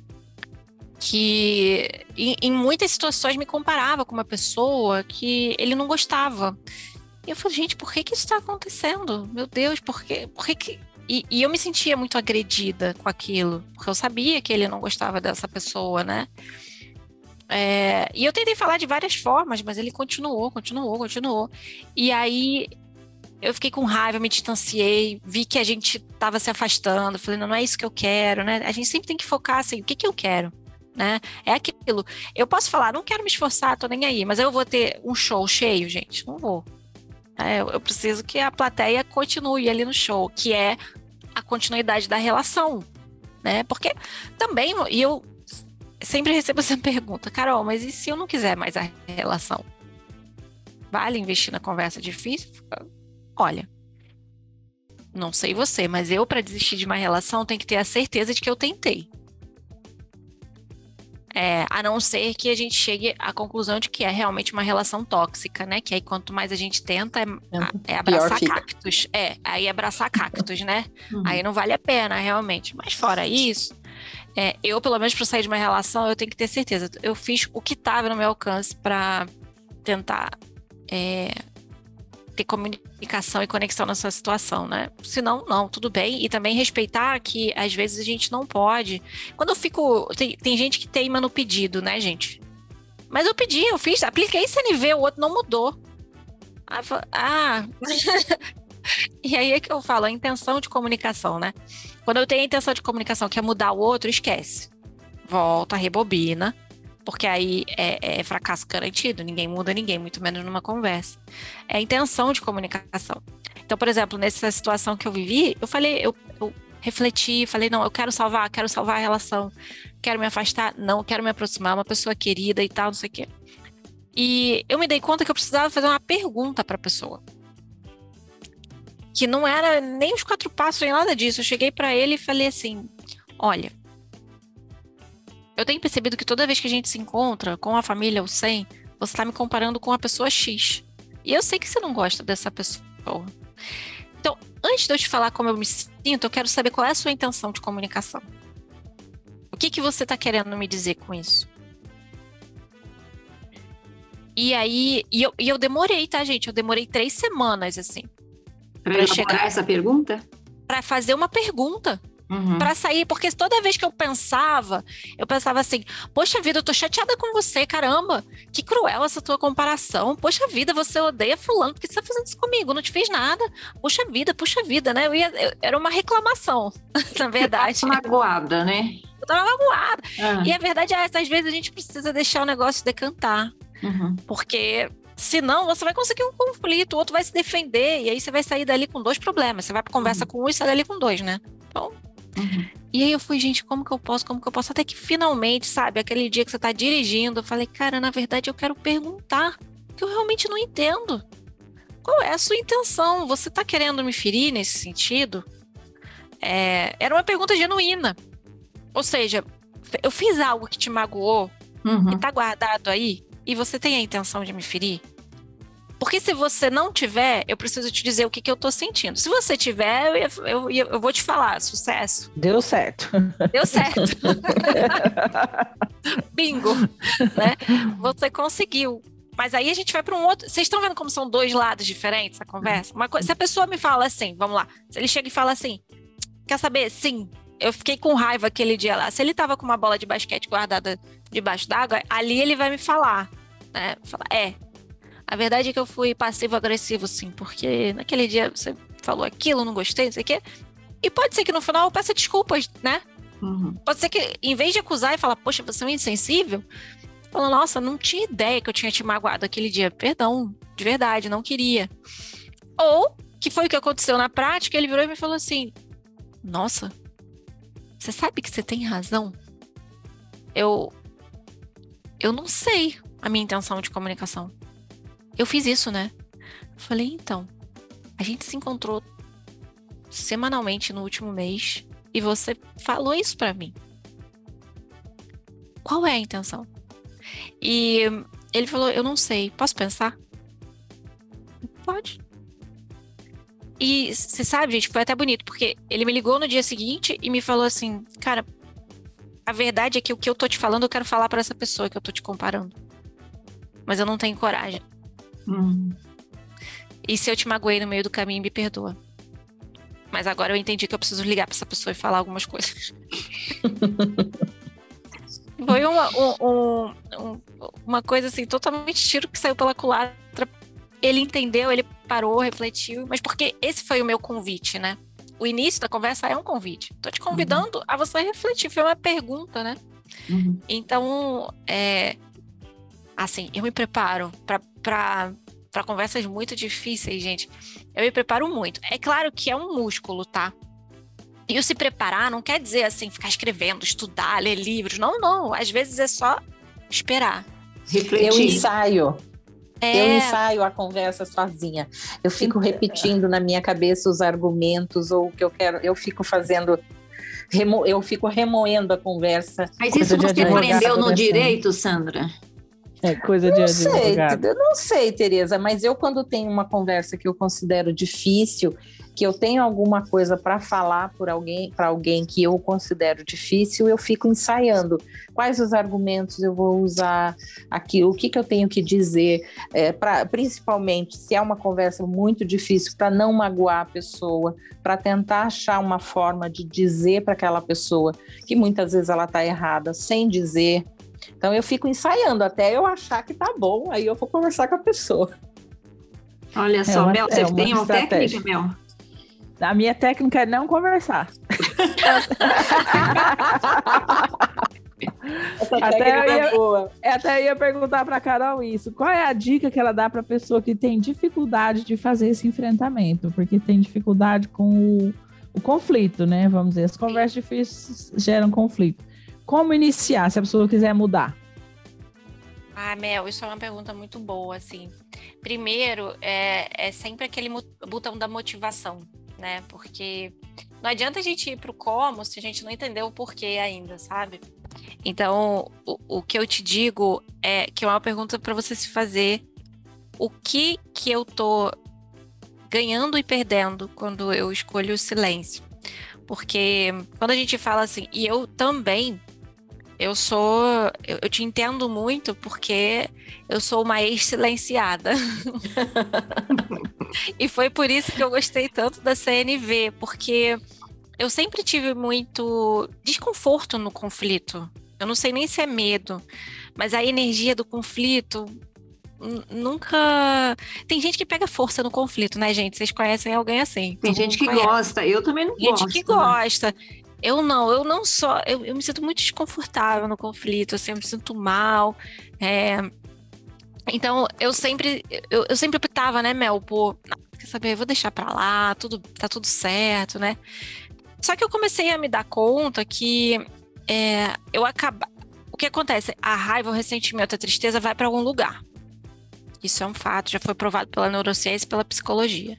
[SPEAKER 5] que em, em muitas situações me comparava com uma pessoa que ele não gostava. E eu falei, gente, por que que isso está acontecendo? Meu Deus, por que, por que que... E, e eu me sentia muito agredida com aquilo, porque eu sabia que ele não gostava dessa pessoa, né? É, e eu tentei falar de várias formas, mas ele continuou, continuou, continuou. E aí eu fiquei com raiva, me distanciei, vi que a gente estava se afastando, falei, não, não é isso que eu quero, né? A gente sempre tem que focar assim, o que que eu quero, né? É aquilo. Eu posso falar, não quero me esforçar, tô nem aí, mas eu vou ter um show cheio, gente? Não vou. É, eu, eu preciso que a plateia continue ali no show, que é a continuidade da relação, né? Porque também, e eu sempre recebo essa pergunta, Carol, mas e se eu não quiser mais a relação? Vale investir na conversa difícil? Olha, não sei você, mas eu, para desistir de uma relação, tenho que ter a certeza de que eu tentei. É, a não ser que a gente chegue à conclusão de que é realmente uma relação tóxica, né? Que aí quanto mais a gente tenta, é, é abraçar cactos. É, aí é abraçar cactos, né? Uhum. Aí não vale a pena, realmente. Mas fora isso, é, eu, pelo menos, para sair de uma relação, eu tenho que ter certeza. Eu fiz o que estava no meu alcance para tentar é, ter comunicação e conexão nessa situação, né? Senão, não, tudo bem. E também respeitar que, às vezes, a gente não pode. Quando eu fico... Tem, tem gente que teima no pedido, né, gente? Mas eu pedi, eu fiz, apliquei C N V, o outro não mudou. Ah... ah. E aí é que eu falo, a intenção de comunicação, né? Quando eu tenho a intenção de comunicação que é mudar o outro, esquece. Volta, rebobina, porque aí é, é fracasso garantido, ninguém muda ninguém, muito menos numa conversa. É a intenção de comunicação. Então, por exemplo, nessa situação que eu vivi, eu falei, eu, eu refleti, falei, não, eu quero salvar, quero salvar a relação, quero me afastar, não, quero me aproximar, uma pessoa querida e tal, não sei o quê. E eu me dei conta que eu precisava fazer uma pergunta para a pessoa. Que não era nem os quatro passos, nem nada disso. Eu cheguei para ele e falei assim, olha, eu tenho percebido que toda vez que a gente se encontra com a família ou sem, você está me comparando com a pessoa X. E eu sei que você não gosta dessa pessoa. Então, antes de eu te falar como eu me sinto, eu quero saber qual é a sua intenção de comunicação. O que, que você está querendo me dizer com isso? E aí, e eu, e eu demorei, tá, gente? Eu demorei três semanas, assim.
[SPEAKER 1] Para chegar essa pergunta?
[SPEAKER 5] Para fazer uma pergunta. Uhum. Para sair, porque toda vez que eu pensava, eu pensava assim, poxa vida, eu tô chateada com você, caramba, que cruel essa tua comparação, poxa vida, você odeia fulano, por que você tá fazendo isso comigo? Eu não te fiz nada, puxa vida, puxa vida, né? Eu ia, eu, era uma reclamação, na verdade.
[SPEAKER 1] Você tá magoada, né?
[SPEAKER 5] Eu tava magoada.
[SPEAKER 1] Ah.
[SPEAKER 5] E a verdade é essa, às vezes a gente precisa deixar o negócio decantar.
[SPEAKER 1] Uhum.
[SPEAKER 5] Porque senão você vai conseguir um conflito, o outro vai se defender, e aí você vai sair dali com dois problemas. Você vai pra conversa
[SPEAKER 1] Uhum.
[SPEAKER 5] com um e sai dali com dois, né? Então...
[SPEAKER 1] Uhum.
[SPEAKER 5] E aí eu fui, gente, como que eu posso, como que eu posso? Até que finalmente, sabe, aquele dia que você tá dirigindo, eu falei, cara, na verdade eu quero perguntar, que eu realmente não entendo. Qual é a sua intenção? Você tá querendo me ferir nesse sentido? É, era uma pergunta genuína. Ou seja, eu fiz algo que te magoou
[SPEAKER 1] Uhum.
[SPEAKER 5] e tá guardado aí, e você tem a intenção de me ferir? Porque se você não tiver, eu preciso te dizer o que, que eu tô sentindo. Se você tiver, eu, ia- eu, ia- eu vou te falar, sucesso.
[SPEAKER 4] Deu certo.
[SPEAKER 5] Deu certo. Bingo, né? Você conseguiu. Mas aí a gente vai para um outro... Vocês estão vendo como são dois lados diferentes a conversa? Uma coisa... Se a pessoa me fala assim, vamos lá. Se ele chega e fala assim, quer saber? Sim, eu fiquei com raiva aquele dia lá. Se ele tava com uma bola de basquete guardada debaixo d'água, ali ele vai me falar, né? Falar, é... A verdade é que eu fui passivo-agressivo, sim, porque naquele dia você falou aquilo, não gostei, não sei o quê. E pode ser que no final eu peça desculpas, né?
[SPEAKER 1] Uhum.
[SPEAKER 5] Pode ser que, em vez de acusar e falar, poxa, você é um insensível, fala, nossa, não tinha ideia que eu tinha te magoado aquele dia. Perdão, de verdade, não queria. Ou, que foi o que aconteceu na prática, ele virou e me falou assim, nossa, você sabe que você tem razão? Eu, eu não sei a minha intenção de comunicação. Eu fiz isso, né? Eu falei, então, a gente se encontrou semanalmente no último mês e você falou isso pra mim. Qual é a intenção? E ele falou, eu não sei, posso pensar? Pode. E você sabe, gente, foi até bonito, porque ele me ligou no dia seguinte e me falou assim, cara, a verdade é que o que eu tô te falando eu quero falar pra essa pessoa que eu tô te comparando. Mas eu não tenho coragem.
[SPEAKER 1] Uhum.
[SPEAKER 5] E se eu te magoei no meio do caminho, me perdoa. Mas agora eu entendi que eu preciso ligar pra essa pessoa e falar algumas coisas. Foi uma, um, um, um, uma coisa assim, totalmente tiro que saiu pela culatra. Ele entendeu, ele parou, refletiu. Mas porque esse foi o meu convite, né? O início da conversa é um convite. Tô te convidando uhum. a você refletir. Foi uma pergunta, né?
[SPEAKER 1] Uhum.
[SPEAKER 5] Então, é... assim, eu me preparo para conversas muito difíceis, gente. Eu me preparo muito. É claro que é um músculo, tá? E o se preparar não quer dizer, assim, ficar escrevendo, estudar, ler livros. Não, não. Às vezes é só esperar.
[SPEAKER 1] Refletir.
[SPEAKER 3] Eu ensaio.
[SPEAKER 5] É...
[SPEAKER 3] Eu ensaio a conversa sozinha. Eu fico repetindo na minha cabeça os argumentos ou o que eu quero. Eu fico fazendo... Remo... Eu fico remoendo a conversa.
[SPEAKER 1] Mas isso você aprendeu no direito, Sandra?
[SPEAKER 4] É coisa de
[SPEAKER 3] não sei,
[SPEAKER 4] advogado.
[SPEAKER 3] Eu não sei, Tereza, mas eu quando tenho uma conversa que eu considero difícil, que eu tenho alguma coisa para falar por alguém, para alguém que eu considero difícil, eu fico ensaiando. Quais os argumentos eu vou usar aqui, o que, que eu tenho que dizer, é, pra, principalmente se é uma conversa muito difícil, para não magoar a pessoa, para tentar achar uma forma de dizer para aquela pessoa que muitas vezes ela está errada, sem dizer. Então eu fico ensaiando até eu achar que tá bom, aí eu vou conversar com a pessoa.
[SPEAKER 1] Olha só,
[SPEAKER 4] é uma,
[SPEAKER 1] Mel, você
[SPEAKER 4] é uma
[SPEAKER 1] tem uma
[SPEAKER 4] estratégia.
[SPEAKER 1] técnica, Mel?
[SPEAKER 4] A minha técnica é não conversar.
[SPEAKER 3] Essa
[SPEAKER 4] até
[SPEAKER 3] técnica
[SPEAKER 4] eu ia,
[SPEAKER 3] é boa.
[SPEAKER 4] Até eu ia perguntar para a Carol isso. Qual é a dica que ela dá para a pessoa que tem dificuldade de fazer esse enfrentamento? Porque tem dificuldade com o, o conflito, né? Vamos dizer, as conversas difíceis geram conflito. Como iniciar, se a pessoa quiser mudar?
[SPEAKER 5] Ah, Mel, isso é uma pergunta muito boa, assim. Primeiro, é, é sempre aquele botão da motivação, né? Porque não adianta a gente ir pro como se a gente não entendeu o porquê ainda, sabe? Então, o, o que eu te digo é que é uma pergunta para você se fazer: o que que eu tô ganhando e perdendo quando eu escolho o silêncio? Porque quando a gente fala assim, e eu também, eu sou, eu, eu te entendo muito porque eu sou uma ex-silenciada. E foi por isso que eu gostei tanto da C N V, porque eu sempre tive muito desconforto no conflito. Eu não sei nem se é medo, mas a energia do conflito n- nunca... Tem gente que pega força no conflito, né, gente? Vocês conhecem alguém assim?
[SPEAKER 1] Tem
[SPEAKER 5] Todo
[SPEAKER 1] gente que
[SPEAKER 5] mundo conhece.
[SPEAKER 1] gosta, eu também não
[SPEAKER 5] Gente
[SPEAKER 1] gosto.
[SPEAKER 5] que
[SPEAKER 1] né?
[SPEAKER 5] gosta. Eu não, eu não só, eu, eu me sinto muito desconfortável no conflito, eu sempre me sinto mal, é, então eu sempre, eu, eu sempre optava, né, Mel, por, não, quer saber, eu vou deixar pra lá, tudo, tá tudo certo, né, só que eu comecei a me dar conta que é, eu acaba, o que acontece, a raiva, o ressentimento, a tristeza vai pra algum lugar, isso é um fato, já foi provado pela neurociência e pela psicologia.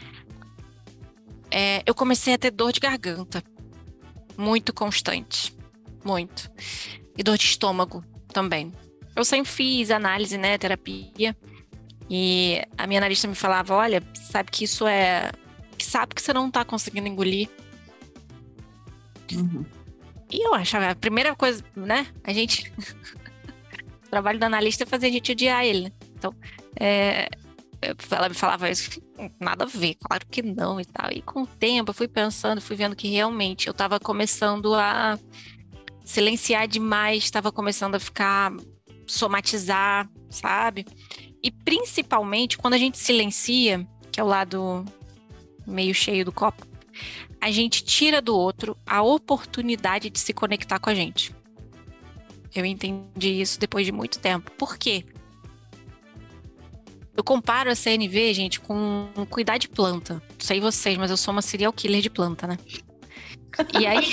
[SPEAKER 5] É, eu comecei a ter dor de garganta, muito constante, muito. E dor de estômago também. Eu sempre fiz análise, né, terapia, e a minha analista me falava, olha, sabe que isso é... que sabe que você não tá conseguindo engolir.
[SPEAKER 1] Uhum.
[SPEAKER 5] E eu achava, a primeira coisa, né, a gente... o trabalho do analista é fazer a gente odiar ele, né? Então, é... ela me falava isso, nada a ver, claro que não e tal. E com o tempo eu fui pensando, fui vendo que realmente eu estava começando a silenciar demais, estava começando a ficar, somatizar, sabe? E principalmente quando a gente silencia, que é o lado meio cheio do copo, a gente tira do outro a oportunidade de se conectar com a gente. Eu entendi isso depois de muito tempo. Por quê? Eu comparo a C N V, gente, com cuidar de planta. Não sei vocês, mas eu sou uma serial killer de planta, né? E aí...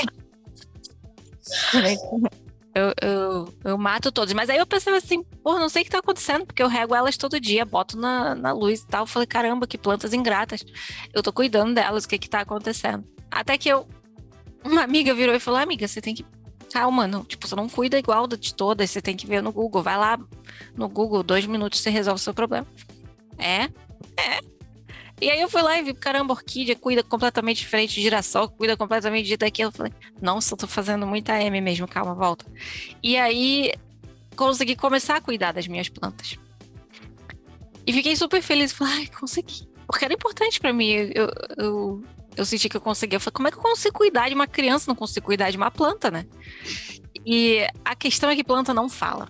[SPEAKER 5] eu, eu, eu mato todos. Mas aí eu pensava assim, pô, não sei o que tá acontecendo, porque eu rego elas todo dia, boto na, na luz e tal. Eu falei, caramba, que plantas ingratas. Eu tô cuidando delas, o que que tá acontecendo? Até que eu... uma amiga virou e falou, amiga, você tem que... calma, não, tipo, você não cuida igual de todas, você tem que ver no Google. Vai lá no Google, dois minutos você resolve o seu problema. É? É. E aí eu fui lá e vi, caramba, orquídea cuida completamente diferente de girassol, cuida completamente de daquilo. Eu falei, nossa, eu tô fazendo muita M mesmo, calma, volta. E aí consegui começar a cuidar das minhas plantas. E fiquei super feliz, falei, ai, consegui. Porque era importante pra mim, eu, eu, eu senti que eu conseguia. Eu falei, como é que eu consigo cuidar de uma criança, não consigo cuidar de uma planta, né? E a questão é que planta não fala.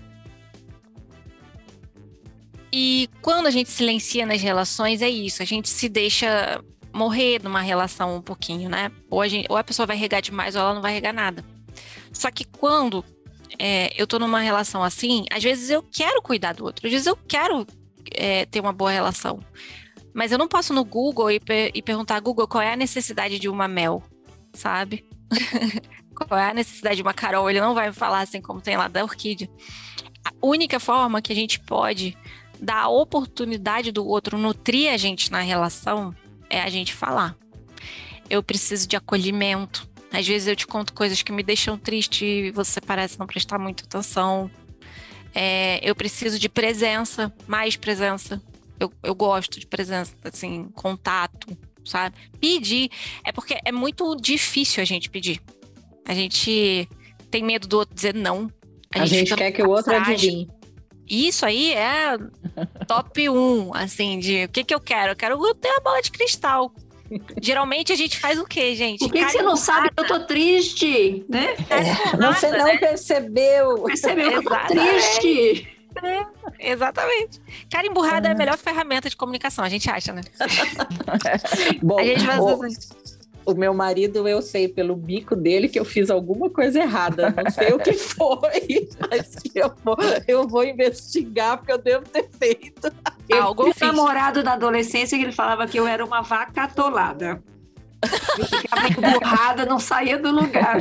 [SPEAKER 5] E quando a gente silencia nas relações, é isso, a gente se deixa morrer numa relação um pouquinho, né? Ou a, gente, ou a pessoa vai regar demais ou ela não vai regar nada. Só que quando é, eu tô numa relação assim, às vezes eu quero cuidar do outro, às vezes eu quero é, ter uma boa relação. Mas eu não posso no Google e, per- e perguntar, Google, qual é a necessidade de uma Mel, sabe? Qual é a necessidade de uma Carol? Ele não vai me falar assim como tem lá da orquídea. A única forma que a gente pode dar a oportunidade do outro nutrir a gente na relação é a gente falar. Eu preciso de acolhimento. Às vezes eu te conto coisas que me deixam triste e você parece não prestar muita atenção. É, eu preciso de presença, mais presença. Eu, eu gosto de presença, assim, contato, sabe? Pedir. É porque é muito difícil a gente pedir. A gente tem medo do outro dizer não.
[SPEAKER 3] A, a gente, gente quer que o outro adivinhe.
[SPEAKER 5] Isso aí é top um, assim, de o que que eu quero? Eu quero ter a bola de cristal. Geralmente a gente faz o quê, gente?
[SPEAKER 1] Por que, que você não sabe que eu tô triste, né?
[SPEAKER 3] É, você não né? percebeu.
[SPEAKER 1] Percebeu que eu tô triste.
[SPEAKER 5] É, exatamente. Cara emburrada é. é a melhor ferramenta de comunicação, a gente acha, né?
[SPEAKER 3] Bom,
[SPEAKER 5] a gente faz
[SPEAKER 3] o, o meu marido, eu sei pelo bico dele que eu fiz alguma coisa errada. Não sei o que foi, mas eu vou, eu vou investigar porque eu devo ter feito.
[SPEAKER 1] Eu Algo tinha namorado da adolescência que ele falava que eu era uma vaca atolada. Eu ficava emburrada, não saía do lugar.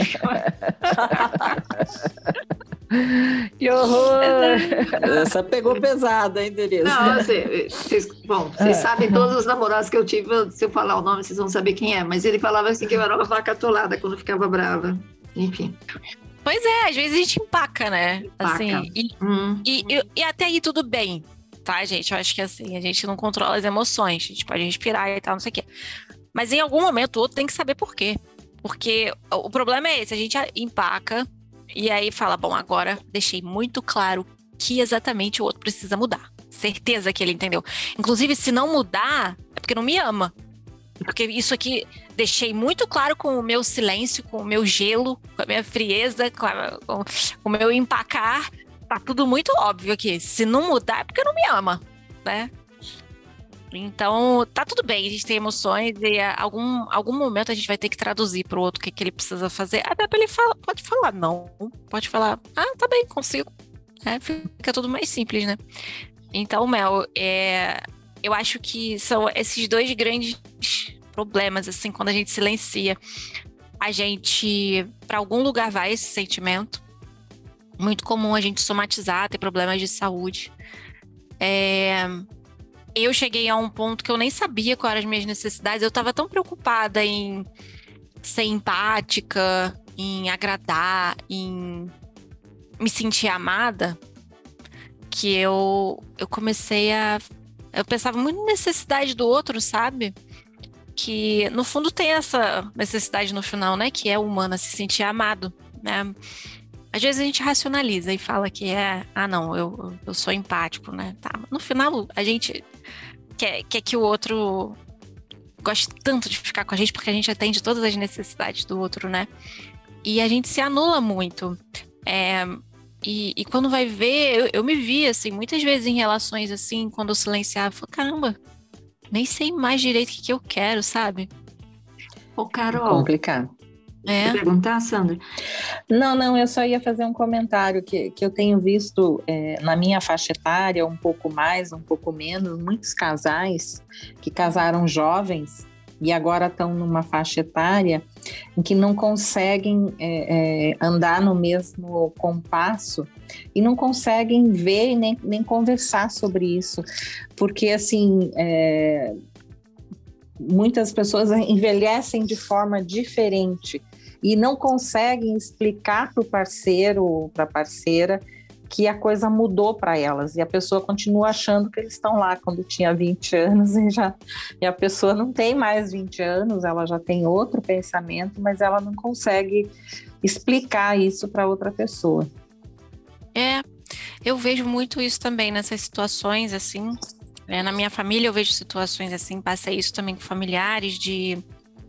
[SPEAKER 3] Que horror! Essa pegou pesada, hein, Tereza?
[SPEAKER 1] Não, vocês, bom, vocês é. sabem todos os namorados que eu tive, se eu falar o nome, vocês vão saber quem é, mas ele falava assim que eu era uma vaca atolada quando ficava brava. Enfim.
[SPEAKER 5] Pois é, às vezes a gente empaca, né?
[SPEAKER 1] Empaca.
[SPEAKER 5] Assim, e, hum. e, e, e até aí tudo bem, tá, gente? Eu acho que assim, a gente não controla as emoções, a gente pode respirar e tal, não sei o quê. Mas em algum momento o outro tem que saber por quê. Porque o problema é esse, a gente empaca e aí fala, bom, agora deixei muito claro que exatamente o outro precisa mudar. Certeza que ele entendeu. Inclusive, se não mudar, é porque não me ama. Porque isso aqui, deixei muito claro com o meu silêncio, com o meu gelo, com a minha frieza, com, a, com o meu empacar. Tá tudo muito óbvio aqui. Se não mudar, é porque não me ama, né? Então, tá tudo bem, a gente tem emoções e a algum, algum momento a gente vai ter que traduzir pro outro o que, que ele precisa fazer. Até pra ele falar, pode falar não, pode falar, ah, tá bem, consigo. É, fica tudo mais simples, né? Então, Mel, é, eu acho que são esses dois grandes problemas, assim, quando a gente silencia. A gente, pra algum lugar vai esse sentimento. Muito comum a gente somatizar, ter problemas de saúde. É... Eu cheguei a um ponto que eu nem sabia quais eram as minhas necessidades. Eu estava tão preocupada em ser empática, em agradar, em me sentir amada, que eu, eu comecei a... Eu pensava muito na necessidade do outro, sabe? Que, no fundo, tem essa necessidade no final, né? Que é humana, se sentir amado, né? Às vezes a gente racionaliza e fala que é... Ah, não, eu, eu sou empático, né? Tá, no final, a gente... Quer, quer que o outro goste tanto de ficar com a gente, porque a gente atende todas as necessidades do outro, né? E a gente se anula muito. É, e, e quando vai ver, eu, eu me vi, assim, muitas vezes em relações assim, quando eu silenciava, eu falei, caramba, nem sei mais direito o que, que eu quero, sabe?
[SPEAKER 1] Ô, Carol,
[SPEAKER 3] Complicado.
[SPEAKER 1] quer
[SPEAKER 5] É.
[SPEAKER 1] perguntar, Sandra?
[SPEAKER 3] Não, não, eu só ia fazer um comentário que, que eu tenho visto é, na minha faixa etária, um pouco mais, um pouco menos, muitos casais que casaram jovens e agora estão numa faixa etária em que não conseguem é, é, andar no mesmo compasso e não conseguem ver e nem, nem conversar sobre isso, porque assim... É, muitas pessoas envelhecem de forma diferente e não conseguem explicar para o parceiro, para a parceira, que a coisa mudou para elas. E a pessoa continua achando que eles estão lá quando tinha vinte anos e, já, e a pessoa não tem mais vinte anos, ela já tem outro pensamento, mas ela não consegue explicar isso para outra pessoa.
[SPEAKER 5] É, eu vejo muito isso também nessas situações, assim. É, na minha família eu vejo situações assim, passei isso também com familiares, de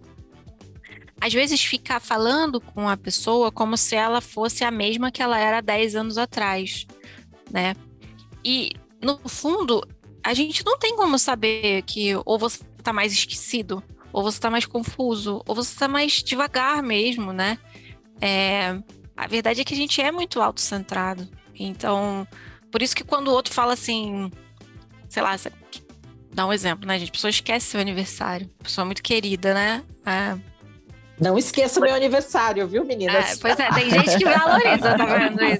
[SPEAKER 5] às vezes ficar falando com a pessoa como se ela fosse a mesma que ela era há dez anos atrás, né? E, no fundo, a gente não tem como saber que ou você está mais esquecido, ou você está mais confuso, ou você está mais devagar mesmo, né? É, a verdade é que a gente é muito autocentrado. Então, por isso que quando o outro fala assim... Sei lá, dá um exemplo, né, gente? A pessoa esquece seu aniversário. Pessoa muito querida, né? É.
[SPEAKER 3] Não esqueça o meu aniversário, viu, meninas?
[SPEAKER 5] É, pois é, tem gente que valoriza, tá vendo isso?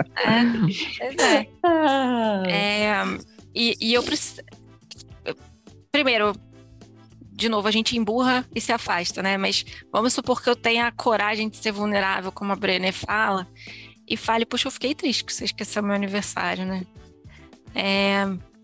[SPEAKER 5] É, pois é. é e, e eu preciso... Primeiro, de novo, a gente emburra e se afasta, né? Mas vamos supor que eu tenha a coragem de ser vulnerável, como a Brené fala, e fale, poxa, eu fiquei triste que você esqueceu meu aniversário, né? É...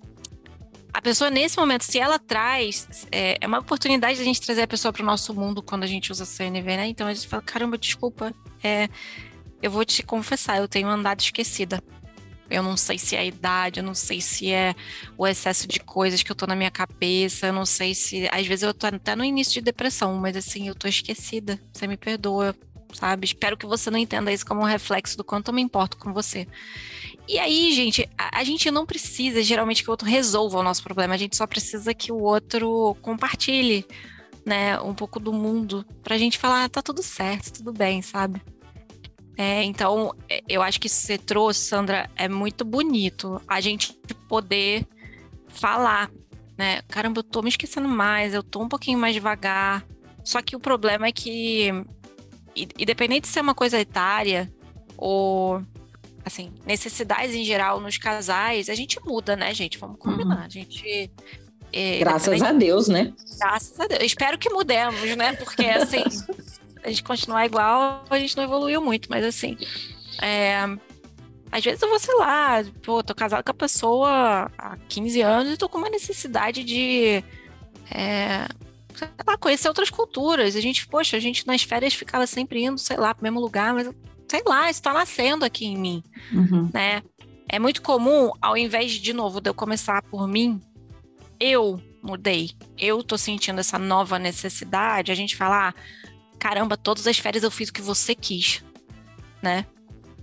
[SPEAKER 5] A pessoa, nesse momento, se ela traz... É, é uma oportunidade da gente trazer a pessoa para o nosso mundo quando a gente usa C N V, né? Então, a gente fala, caramba, desculpa, é, eu vou te confessar, eu tenho andado esquecida. Eu não sei se é a idade, eu não sei se é o excesso de coisas que eu tô na minha cabeça, eu não sei se... Às vezes eu tô até no início de depressão, mas assim, eu tô esquecida, você me perdoa, sabe? Espero que você não entenda isso como um reflexo do quanto eu me importo com você. E aí, gente, a, a gente não precisa, geralmente, que o outro resolva o nosso problema. A gente só precisa que o outro compartilhe, né, um pouco do mundo pra gente falar, ah, tá tudo certo, tudo bem, sabe? É, então, eu acho que isso que você trouxe, Sandra, é muito bonito. A gente poder falar, né? Caramba, eu tô me esquecendo mais, eu tô um pouquinho mais devagar. Só que o problema é que, independente de ser uma coisa etária ou... assim, necessidades em geral nos casais, a gente muda, né, gente? Vamos combinar. Uhum. A gente... É,
[SPEAKER 3] graças a Deus, né?
[SPEAKER 5] Graças a Deus. Eu espero que mudemos, né? Porque, assim, a gente continuar igual, a gente não evoluiu muito. Mas, assim, é, às vezes eu vou, sei lá, pô, tô casada com a pessoa há quinze anos e tô com uma necessidade de... É, sei lá, conhecer outras culturas. A gente, poxa, a gente nas férias ficava sempre indo, sei lá, pro mesmo lugar, mas... sei lá, isso tá nascendo aqui em mim, uhum. né? É muito comum, ao invés de, de novo, de eu começar por mim, eu mudei, eu tô sentindo essa nova necessidade, a gente fala, ah, caramba, todas as férias eu fiz o que você quis, né?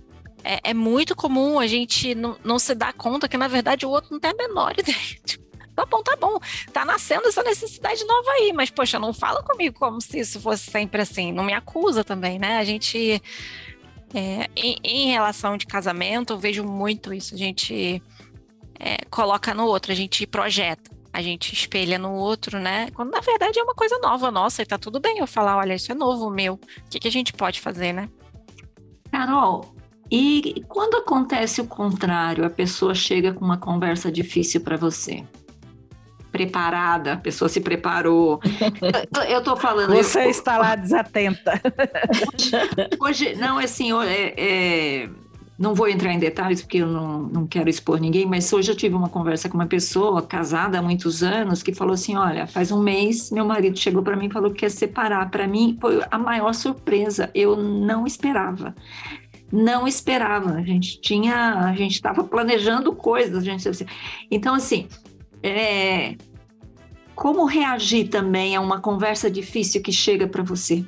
[SPEAKER 5] É, é muito comum a gente não, não se dar conta que, na verdade, o outro não tem a menor ideia Tá bom, tá bom. Tá nascendo essa necessidade nova aí, mas, poxa, não fala comigo como se isso fosse sempre assim. Não me acusa também, né? A gente, é, em, em relação de casamento, eu vejo muito isso. A gente é, coloca no outro, a gente projeta, a gente espelha no outro, né? Quando, na verdade, é uma coisa nova nossa e tá tudo bem eu falar, olha, isso é novo meu. O que, que a gente pode fazer, né?
[SPEAKER 1] Carol, e quando acontece o contrário, a pessoa chega com uma conversa difícil para você? Preparada, a pessoa se preparou. Eu estou falando...
[SPEAKER 4] Você
[SPEAKER 1] eu,
[SPEAKER 4] está lá desatenta.
[SPEAKER 1] Hoje, hoje não, assim, é, é, não vou entrar em detalhes porque eu não, não quero expor ninguém, mas hoje eu tive uma conversa com uma pessoa casada há muitos anos que falou assim, olha, faz um mês meu marido chegou para mim e falou que quer separar. Para mim foi a maior surpresa, eu não esperava. Não esperava, a gente tinha, a gente estava planejando coisas, a gente, então assim, é, como reagir também a uma conversa difícil que chega para você?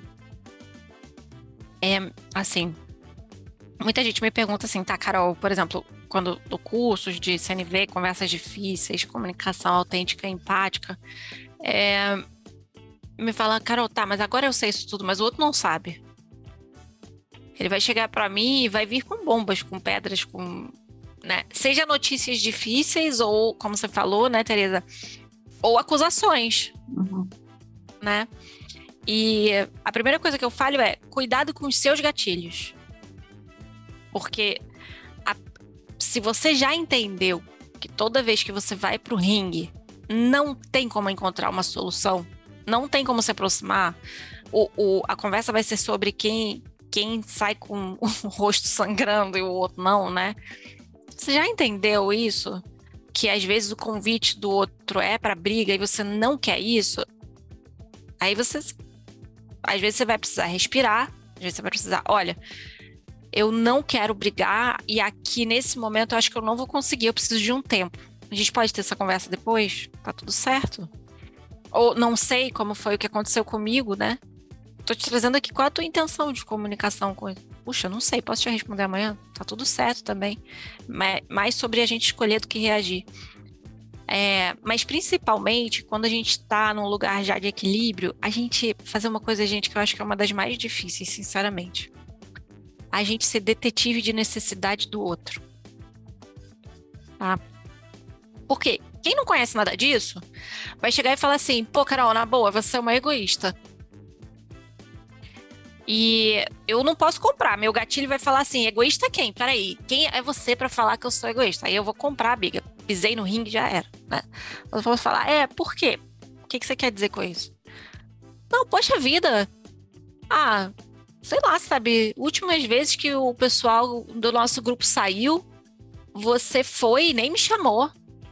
[SPEAKER 5] É, assim, muita gente me pergunta assim, tá, Carol, por exemplo, quando do cursos de C N V, conversas difíceis, comunicação autêntica e empática, é, me fala, Carol, tá, mas agora eu sei isso tudo, mas o outro não sabe. Ele vai chegar para mim e vai vir com bombas, com pedras, com, né? Seja notícias difíceis ou, como você falou, né, Tereza, ou acusações,
[SPEAKER 1] Uhum.
[SPEAKER 5] né? E a primeira coisa que eu falo é cuidado com os seus gatilhos. Porque a, se você já entendeu que toda vez que você vai pro ringue, não tem como encontrar uma solução, não tem como se aproximar, o, o, a conversa vai ser sobre quem... quem sai com o rosto sangrando e o outro não, né? Você já entendeu isso? Que às vezes o convite do outro é para briga e você não quer isso? Aí você... Às vezes você vai precisar respirar, às vezes você vai precisar... Olha, eu não quero brigar e aqui nesse momento eu acho que eu não vou conseguir, eu preciso de um tempo. A gente pode ter essa conversa depois? Tá tudo certo? Ou não sei como foi o que aconteceu comigo, né? Tô te trazendo aqui qual a tua intenção de comunicação com ele. Puxa, não sei, posso te responder amanhã? Tá tudo certo também. Mas, mais sobre a gente escolher do que reagir. É, mas principalmente, quando a gente tá num lugar já de equilíbrio, a gente fazer uma coisa, gente, que eu acho que é uma das mais difíceis, sinceramente. A gente ser detetive de necessidade do outro. Tá? Porque quem não conhece nada disso, vai chegar e falar assim, pô, Carol, na boa, você é uma egoísta. E eu não posso comprar. Meu gatilho vai falar assim, egoísta quem? Peraí, quem é você pra falar que eu sou egoísta? Aí eu vou comprar a briga. Pisei no ringue, já era, né? Eu vou falar, é, por quê? O que, que você quer dizer com isso? Não, poxa vida. Ah, sei lá, sabe? Últimas vezes que o pessoal do nosso grupo saiu, você foi e nem me chamou.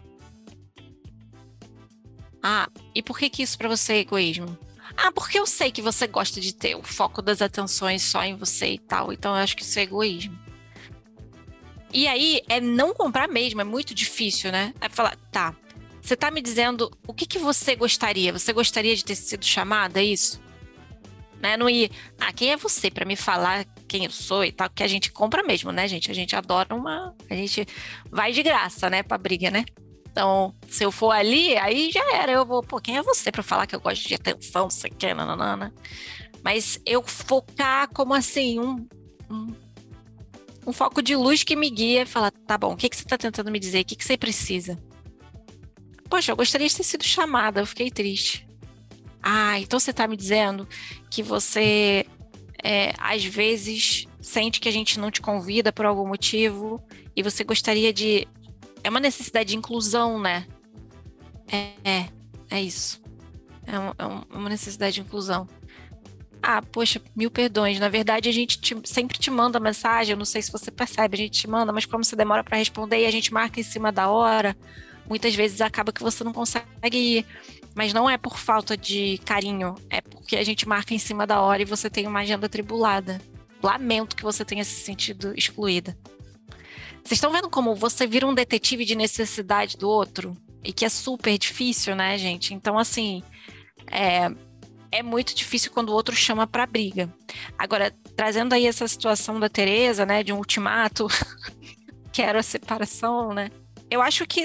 [SPEAKER 5] Ah, e por que que isso pra você é egoísmo? Ah, porque eu sei que você gosta de ter o foco das atenções só em você e tal, então eu acho que isso é egoísmo. E aí, é não comprar mesmo, é muito difícil, né? É falar, tá, você tá me dizendo o que que você gostaria? Você gostaria de ter sido chamada, é isso? Né? Não ir, ah, quem é você pra me falar quem eu sou e tal, que a gente compra mesmo, né, gente? A gente adora uma... A gente vai de graça, né, pra briga, né? Então, se eu for ali, aí já era. Eu vou, pô, quem é você para falar que eu gosto de atenção, não sei o que, nananana. Mas eu focar como assim, um, um, um foco de luz que me guia e falar, tá bom, o que, que você está tentando me dizer? O que, que você precisa? Poxa, eu gostaria de ter sido chamada, eu fiquei triste. Ah, então você está me dizendo que você, é, às vezes, sente que a gente não te convida por algum motivo e você gostaria de... É uma necessidade de inclusão, né? É, é, é isso. É, um, é um, uma necessidade de inclusão. Ah, poxa, mil perdões. Na verdade, a gente te, sempre te manda mensagem, eu não sei se você percebe, a gente te manda, mas como você demora para responder e a gente marca em cima da hora, muitas vezes acaba que você não consegue ir. Mas não é por falta de carinho, é porque a gente marca em cima da hora e você tem uma agenda atribulada. Lamento que você tenha se sentido excluída. Vocês estão vendo como você vira um detetive de necessidade do outro? E que é super difícil, né, gente? Então, assim, é, é muito difícil quando o outro chama pra briga. Agora, trazendo aí essa situação da Tereza, né, de um ultimato, que era a separação, né? Eu acho que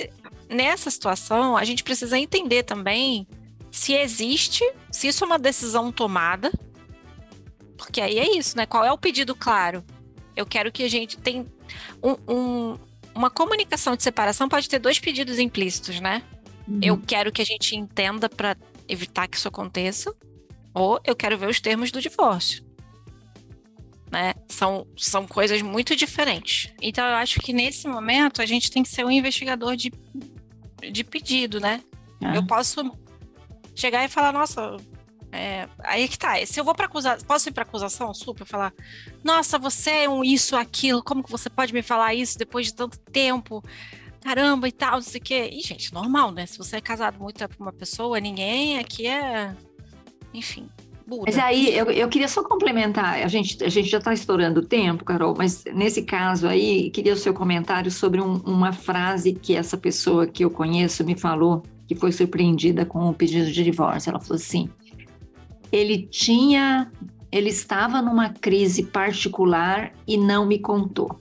[SPEAKER 5] nessa situação, a gente precisa entender também se existe, se isso é uma decisão tomada, porque aí é isso, né? Qual é o pedido claro? Eu quero que a gente tenha um, um, uma comunicação de separação pode ter dois pedidos implícitos, né? Uhum. Eu quero que a gente entenda para evitar que isso aconteça, ou eu quero ver os termos do divórcio. Né? São, são coisas muito diferentes. Então, eu acho que nesse momento a gente tem que ser um investigador de, de pedido, né? Ah. Eu posso chegar e falar, nossa, é, aí que tá. Se eu vou para acusação, posso ir para acusação, super, falar, nossa, você é um isso, aquilo, como que você pode me falar isso depois de tanto tempo? Caramba e tal, não sei o quê. E, gente, normal, né? Se você é casado muito tempo com uma pessoa, ninguém aqui é... Enfim... Buda.
[SPEAKER 1] Mas aí, eu, eu queria só complementar, a gente, a gente já está estourando o tempo, Carol, mas nesse caso aí, queria o seu comentário sobre um, uma frase que essa pessoa que eu conheço me falou, que foi surpreendida com o pedido de divórcio. Ela falou assim, ele tinha, ele estava numa crise particular e não me contou.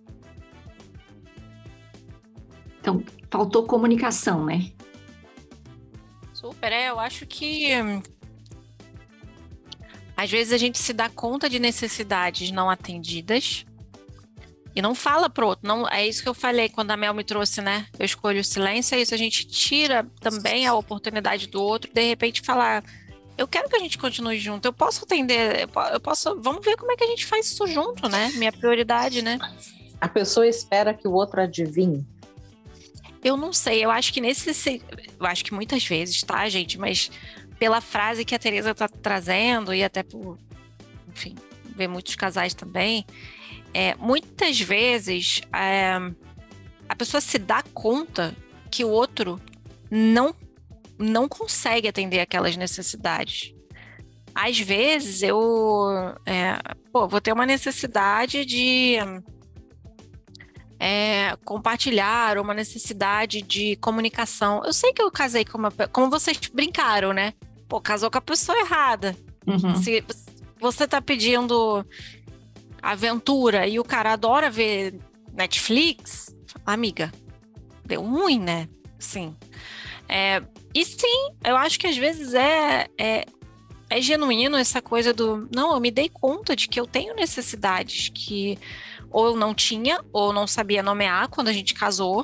[SPEAKER 1] Então, faltou comunicação, né?
[SPEAKER 5] Super, é, eu acho que... Às vezes a gente se dá conta de necessidades não atendidas e não fala pro outro. Não, é isso que eu falei quando a Mel me trouxe, né? Eu escolho o silêncio, é isso. A gente tira também a oportunidade do outro, de repente falar, eu quero que a gente continue junto, eu posso atender, eu posso, vamos ver como é que a gente faz isso junto, né? Minha prioridade, né?
[SPEAKER 3] A pessoa espera que o outro adivinhe.
[SPEAKER 5] Eu não sei, eu acho que nesse... Eu acho que muitas vezes, tá, gente? Mas... pela frase que a Tereza está trazendo, e até por, enfim, ver muitos casais também, é, muitas vezes é, a pessoa se dá conta que o outro não, não consegue atender aquelas necessidades. Às vezes eu é, pô, vou ter uma necessidade de é, compartilhar, uma necessidade de comunicação. Eu sei que eu casei com uma... Como vocês brincaram, né? Pô, casou com a pessoa errada. Uhum. Se você tá pedindo aventura e o cara adora ver Netflix, amiga, deu ruim, né? Sim. É, e sim, eu acho que às vezes é, é, é genuíno essa coisa do... Não, eu me dei conta de que eu tenho necessidades que ou eu não tinha, ou não sabia nomear quando a gente casou.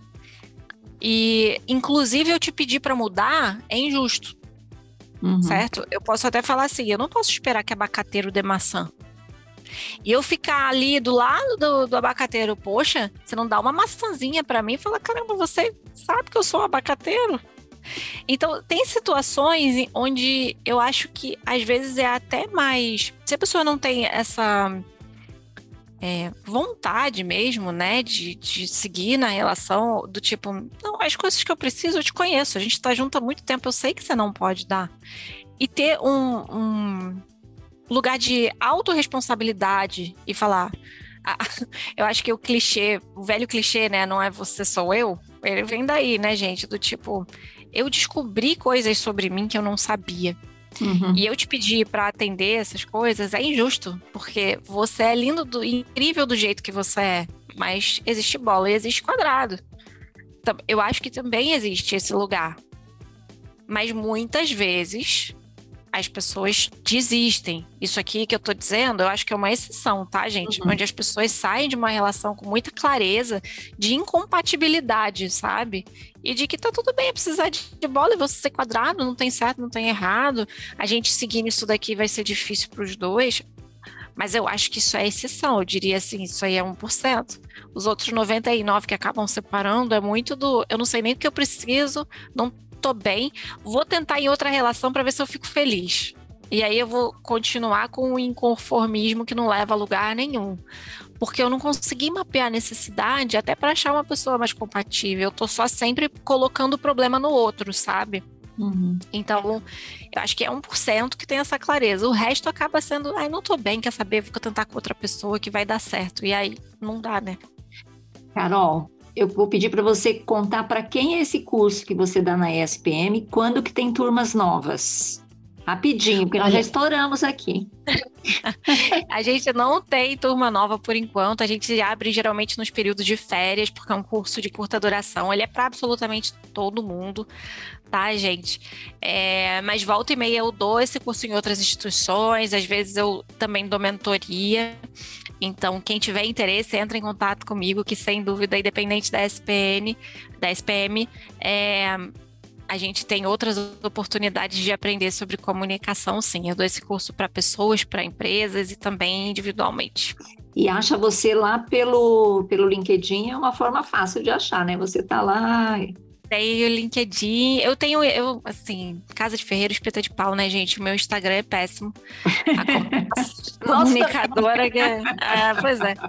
[SPEAKER 5] E, inclusive, eu te pedi para mudar, é injusto. Uhum. Certo? Eu posso até falar assim, eu não posso esperar que abacateiro dê maçã. E eu ficar ali do lado do, do abacateiro, poxa, você não dá uma maçãzinha pra mim e fala, caramba, você sabe que eu sou um abacateiro? Então, tem situações onde eu acho que às vezes é até mais... Se a pessoa não tem essa é, vontade mesmo, né, de, de seguir na relação do tipo, não, as coisas que eu preciso eu te conheço, a gente tá junto há muito tempo, eu sei que você não pode dar. E ter um, um lugar de autorresponsabilidade e falar, ah, eu acho que o clichê, o velho clichê, né, não é você, sou eu, ele vem daí, né, gente, do tipo, eu descobri coisas sobre mim que eu não sabia. Uhum. E eu te pedir para atender essas coisas é injusto, porque você é lindo, do, incrível do jeito que você é, mas existe bola e existe quadrado. Então, eu acho que também existe esse lugar. Mas muitas vezes as pessoas desistem. Isso aqui que eu tô dizendo, eu acho que é uma exceção, tá, gente? Uhum. Onde as pessoas saem de uma relação com muita clareza de incompatibilidade, sabe? E de que tá tudo bem precisar de bola e você ser quadrado, não tem certo, não tem errado. A gente seguindo isso daqui vai ser difícil pros dois. Mas eu acho que isso é exceção, eu diria assim, isso aí é um por cento. Os outros noventa e nove por cento que acabam separando é muito do... Eu não sei nem o que eu preciso, não tô bem, vou tentar em outra relação para ver se eu fico feliz. E aí eu vou continuar com o inconformismo que não leva a lugar nenhum. Porque eu não consegui mapear a necessidade até para achar uma pessoa mais compatível. Eu tô só sempre colocando o problema no outro, sabe? Uhum. Então, eu acho que é um por cento que tem essa clareza. O resto acaba sendo, ai, não tô bem, quer saber? Vou tentar com outra pessoa que vai dar certo. E aí, não dá, né?
[SPEAKER 1] Carol, eu vou pedir para você contar para quem é esse curso que você dá na E S P M, quando que tem turmas novas. Rapidinho, porque nós já estouramos aqui.
[SPEAKER 5] A gente não tem turma nova por enquanto, a gente abre geralmente nos períodos de férias, porque é um curso de curta duração, ele é para absolutamente todo mundo, tá, gente? É, mas volta e meia eu dou esse curso em outras instituições, às vezes eu também dou mentoria, então quem tiver interesse, entra em contato comigo, que sem dúvida, independente da S P N, da S P M, é... a gente tem outras oportunidades de aprender sobre comunicação, sim. Eu dou esse curso para pessoas, para empresas e também individualmente.
[SPEAKER 1] E acha você lá pelo, pelo LinkedIn, é uma forma fácil de achar, né? Você tá lá...
[SPEAKER 5] Tem o LinkedIn, eu tenho, eu, assim, Casa de Ferreiro, espeta de pau, né, gente? O meu Instagram é péssimo. A comunicadora que é... é pois é.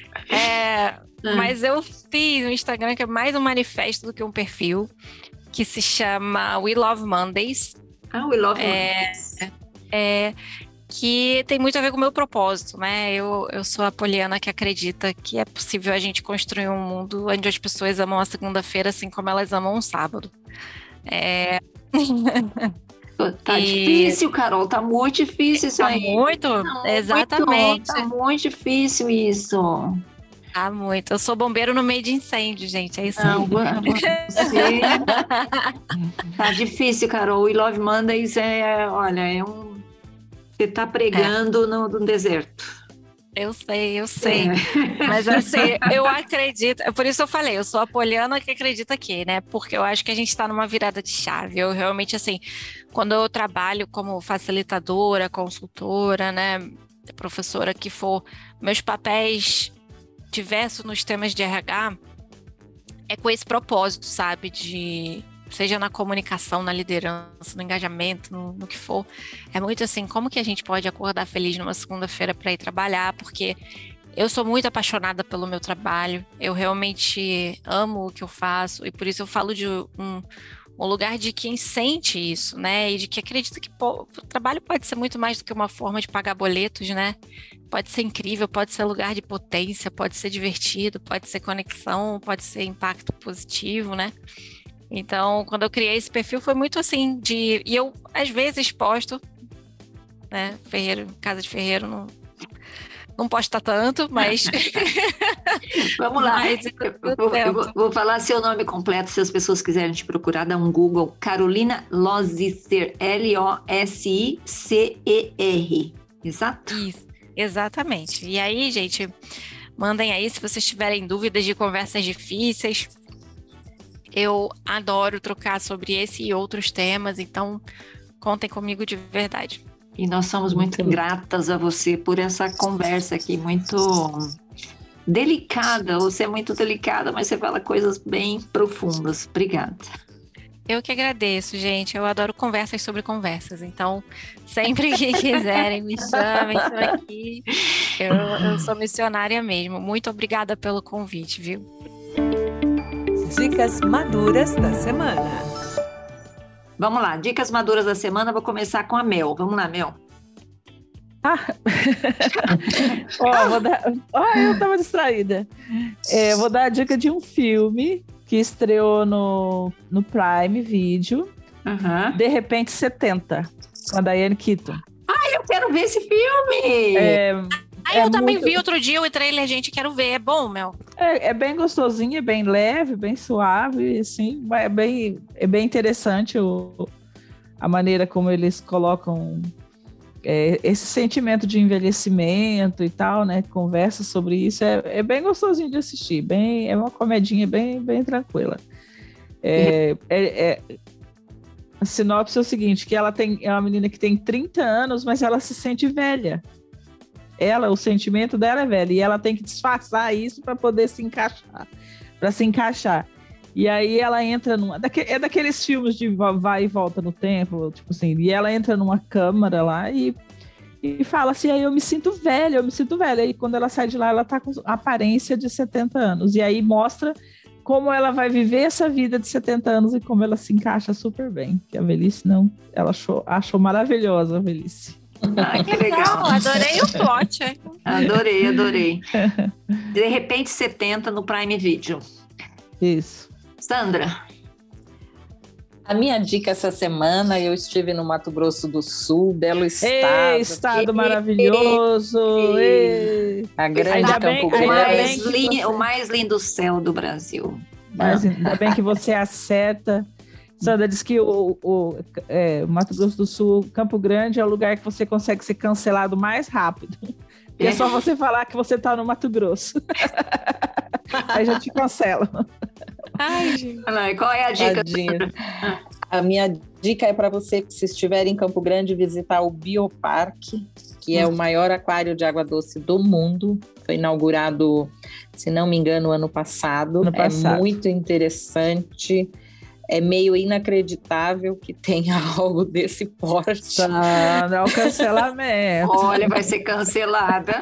[SPEAKER 5] é hum. Mas eu fiz um Instagram que é mais um manifesto do que um perfil, que se chama We Love Mondays.
[SPEAKER 1] Ah, We Love
[SPEAKER 5] é,
[SPEAKER 1] Mondays.
[SPEAKER 5] É, que tem muito a ver com o meu propósito, né? Eu, eu sou a poliana que acredita que é possível a gente construir um mundo onde as pessoas amam a segunda-feira assim como elas amam um sábado. É...
[SPEAKER 1] Tá e... difícil, Carol, tá muito difícil isso
[SPEAKER 5] tá
[SPEAKER 1] aí.
[SPEAKER 5] Muito, tá exatamente.
[SPEAKER 1] Muito, tá muito difícil isso.
[SPEAKER 5] Ah, muito. Eu sou bombeiro no meio de incêndio, gente. É isso
[SPEAKER 1] Não,
[SPEAKER 5] aí.
[SPEAKER 1] Você... tá difícil, Carol. E Love Mondays é, olha, é um... Você tá pregando é. no, no deserto.
[SPEAKER 5] Eu sei, eu sei. É. Mas assim, eu acredito... Por isso eu falei, eu sou a poliana que acredita aqui, né? Porque eu acho que a gente tá numa virada de chave. Eu realmente, assim, quando eu trabalho como facilitadora, consultora, né? Professora que for, meus papéis... diverso nos temas de R H, é com esse propósito, sabe, de seja na comunicação, na liderança, no engajamento, no, no que for, é muito assim, como que a gente pode acordar feliz numa segunda-feira para ir trabalhar, porque eu sou muito apaixonada pelo meu trabalho, eu realmente amo o que eu faço, e por isso eu falo de um, um lugar de quem sente isso, né, e de que acredita que pô, o trabalho pode ser muito mais do que uma forma de pagar boletos, né, pode ser incrível, pode ser lugar de potência, pode ser divertido, pode ser conexão, pode ser impacto positivo, né? Então, quando eu criei esse perfil, foi muito assim, de... E eu, às vezes, posto, né? Ferreiro, Casa de Ferreiro, não, não posta tanto, mas...
[SPEAKER 1] Vamos lá. Mas, eu, vou, eu vou, vou falar seu nome completo, se as pessoas quiserem te procurar, dá um Google. Carolina Losicer, L O S I C E R. Exato?
[SPEAKER 5] Isso. Exatamente. E aí, gente, mandem aí se vocês tiverem dúvidas de conversas difíceis. Eu adoro trocar sobre esse e outros temas, então contem comigo de verdade.
[SPEAKER 1] E nós somos muito gratas a você por essa conversa aqui, muito delicada. Você é muito delicada, mas você fala coisas bem profundas. Obrigada.
[SPEAKER 5] Eu que agradeço, gente. Eu adoro conversas sobre conversas. Então, sempre que quiserem, me chamem. Estou aqui. Eu, eu sou missionária mesmo. Muito obrigada pelo convite, viu?
[SPEAKER 2] Dicas maduras da semana.
[SPEAKER 1] Vamos lá, dicas maduras da semana. Vou começar com a Mel. Vamos lá, Mel.
[SPEAKER 4] Ah, oh, vou dar... oh, eu tava distraída. É, vou dar a dica de um filme que estreou no, no Prime Video,
[SPEAKER 1] uhum.
[SPEAKER 4] De Repente setenta, com a Diane Keaton.
[SPEAKER 1] Ai, eu quero ver esse filme!
[SPEAKER 4] É,
[SPEAKER 5] ah,
[SPEAKER 4] é
[SPEAKER 5] eu também
[SPEAKER 4] muito...
[SPEAKER 5] vi outro dia o trailer, gente, quero ver. É bom, Mel?
[SPEAKER 4] É, é bem gostosinho, é bem leve, bem suave, assim, é bem, é bem interessante o, a maneira como eles colocam é, esse sentimento de envelhecimento e tal, né? Conversa sobre isso, é, é bem gostosinho de assistir, bem, é uma comedinha bem, bem tranquila. É, é, é, a sinopse é o seguinte, que ela tem, é uma menina que tem trinta anos, mas ela se sente velha. Ela, o sentimento dela é velho, e ela tem que disfarçar isso para poder se encaixar, para se encaixar. E aí ela entra numa... É daqueles filmes de vai e volta no tempo, tipo assim, e ela entra numa câmara lá e, e fala assim, aí eu me sinto velha, eu me sinto velha. E quando ela sai de lá, ela tá com aparência de setenta anos. E aí mostra como ela vai viver essa vida de setenta anos e como ela se encaixa super bem. Que a velhice não... Ela achou, achou maravilhosa a velhice.
[SPEAKER 1] Ah, que legal.
[SPEAKER 5] Adorei o plot.
[SPEAKER 1] Adorei, adorei. De Repente setenta no Prime Video.
[SPEAKER 4] Isso.
[SPEAKER 1] Sandra.
[SPEAKER 3] A minha dica essa semana, eu estive no Mato Grosso do Sul, belo estado.
[SPEAKER 4] Ei, estado maravilhoso! Ei.
[SPEAKER 3] A grande
[SPEAKER 4] Ainda
[SPEAKER 3] Campo
[SPEAKER 4] bem-
[SPEAKER 1] O
[SPEAKER 3] Grande.
[SPEAKER 4] ainda bem
[SPEAKER 1] mais,
[SPEAKER 4] que
[SPEAKER 1] lin-
[SPEAKER 4] você-
[SPEAKER 1] o mais lindo céu do Brasil.
[SPEAKER 4] Mas ainda bem que você acerta. Sandra diz que o, o, é, o Mato Grosso do Sul, Campo Grande, é o lugar que você consegue ser cancelado mais rápido. E é só você falar que você está no Mato Grosso. Aí já te cancelam.
[SPEAKER 5] Ai, gente.
[SPEAKER 1] Ana, qual é a dica?
[SPEAKER 3] Tadinho. A minha dica é para você, se estiver em Campo Grande, visitar o Bioparque, que é o maior aquário de água doce do mundo. Foi inaugurado, se não me engano, ano passado.
[SPEAKER 4] Ano passado.
[SPEAKER 3] É muito interessante. É meio inacreditável que tenha algo desse porte.
[SPEAKER 4] Sandra, o cancelamento.
[SPEAKER 1] Olha, vai ser cancelada.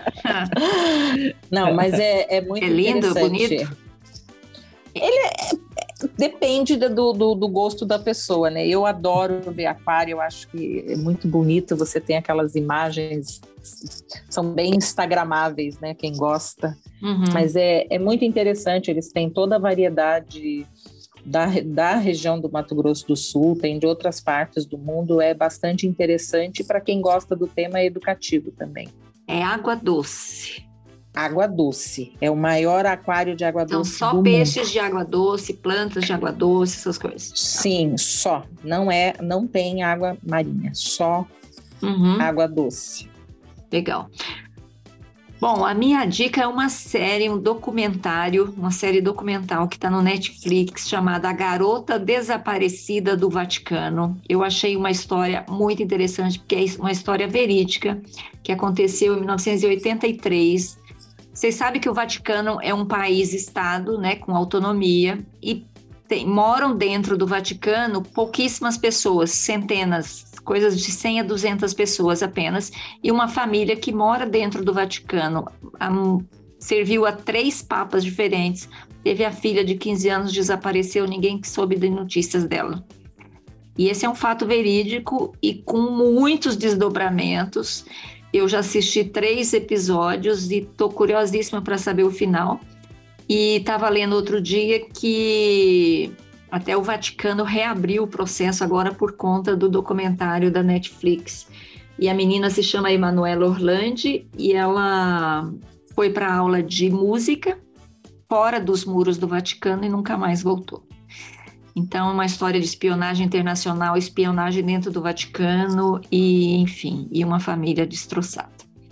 [SPEAKER 3] Não, mas é, é muito
[SPEAKER 1] É lindo,
[SPEAKER 3] interessante.
[SPEAKER 1] bonito?
[SPEAKER 3] Ele é- depende do, do, do gosto da pessoa, né? Eu adoro ver aquário, eu acho que é muito bonito, você tem aquelas imagens, são bem instagramáveis, né? Quem gosta.
[SPEAKER 1] Uhum.
[SPEAKER 3] Mas é, é muito interessante, eles têm toda a variedade da, da região do Mato Grosso do Sul, tem de outras partes do mundo, é bastante interessante para quem gosta do tema educativo também.
[SPEAKER 1] É água doce.
[SPEAKER 3] Água doce, é o maior aquário de água
[SPEAKER 1] Então,
[SPEAKER 3] doce
[SPEAKER 1] só
[SPEAKER 3] do
[SPEAKER 1] peixes
[SPEAKER 3] mundo.
[SPEAKER 1] de água doce, plantas de água doce, essas coisas.
[SPEAKER 3] Sim, só, não é, não tem água marinha, só
[SPEAKER 1] Uhum.
[SPEAKER 3] água doce.
[SPEAKER 1] Legal. Bom, a minha dica é uma série, um documentário, uma série documental que está no Netflix, chamada A Garota Desaparecida do Vaticano. Eu achei uma história muito interessante, porque é uma história verídica, que aconteceu em mil novecentos e oitenta e três. Vocês sabem que o Vaticano é um país-estado, né, com autonomia, e tem- moram dentro do Vaticano pouquíssimas pessoas, centenas, coisas de cem a duzentas pessoas apenas, e uma família que mora dentro do Vaticano. Am- serviu a três papas diferentes, teve a filha de quinze anos, desapareceu, ninguém soube de notícias dela. E esse é um fato verídico e com muitos desdobramentos. Eu já assisti três episódios e estou curiosíssima para saber o final. E estava lendo outro dia que até o Vaticano reabriu o processo agora por conta do documentário da Netflix. E a menina se chama Emanuela Orlandi e ela foi para aula de música fora dos muros do Vaticano e nunca mais voltou. Então, é uma história de espionagem internacional, espionagem dentro do Vaticano e, enfim, e uma família destroçada.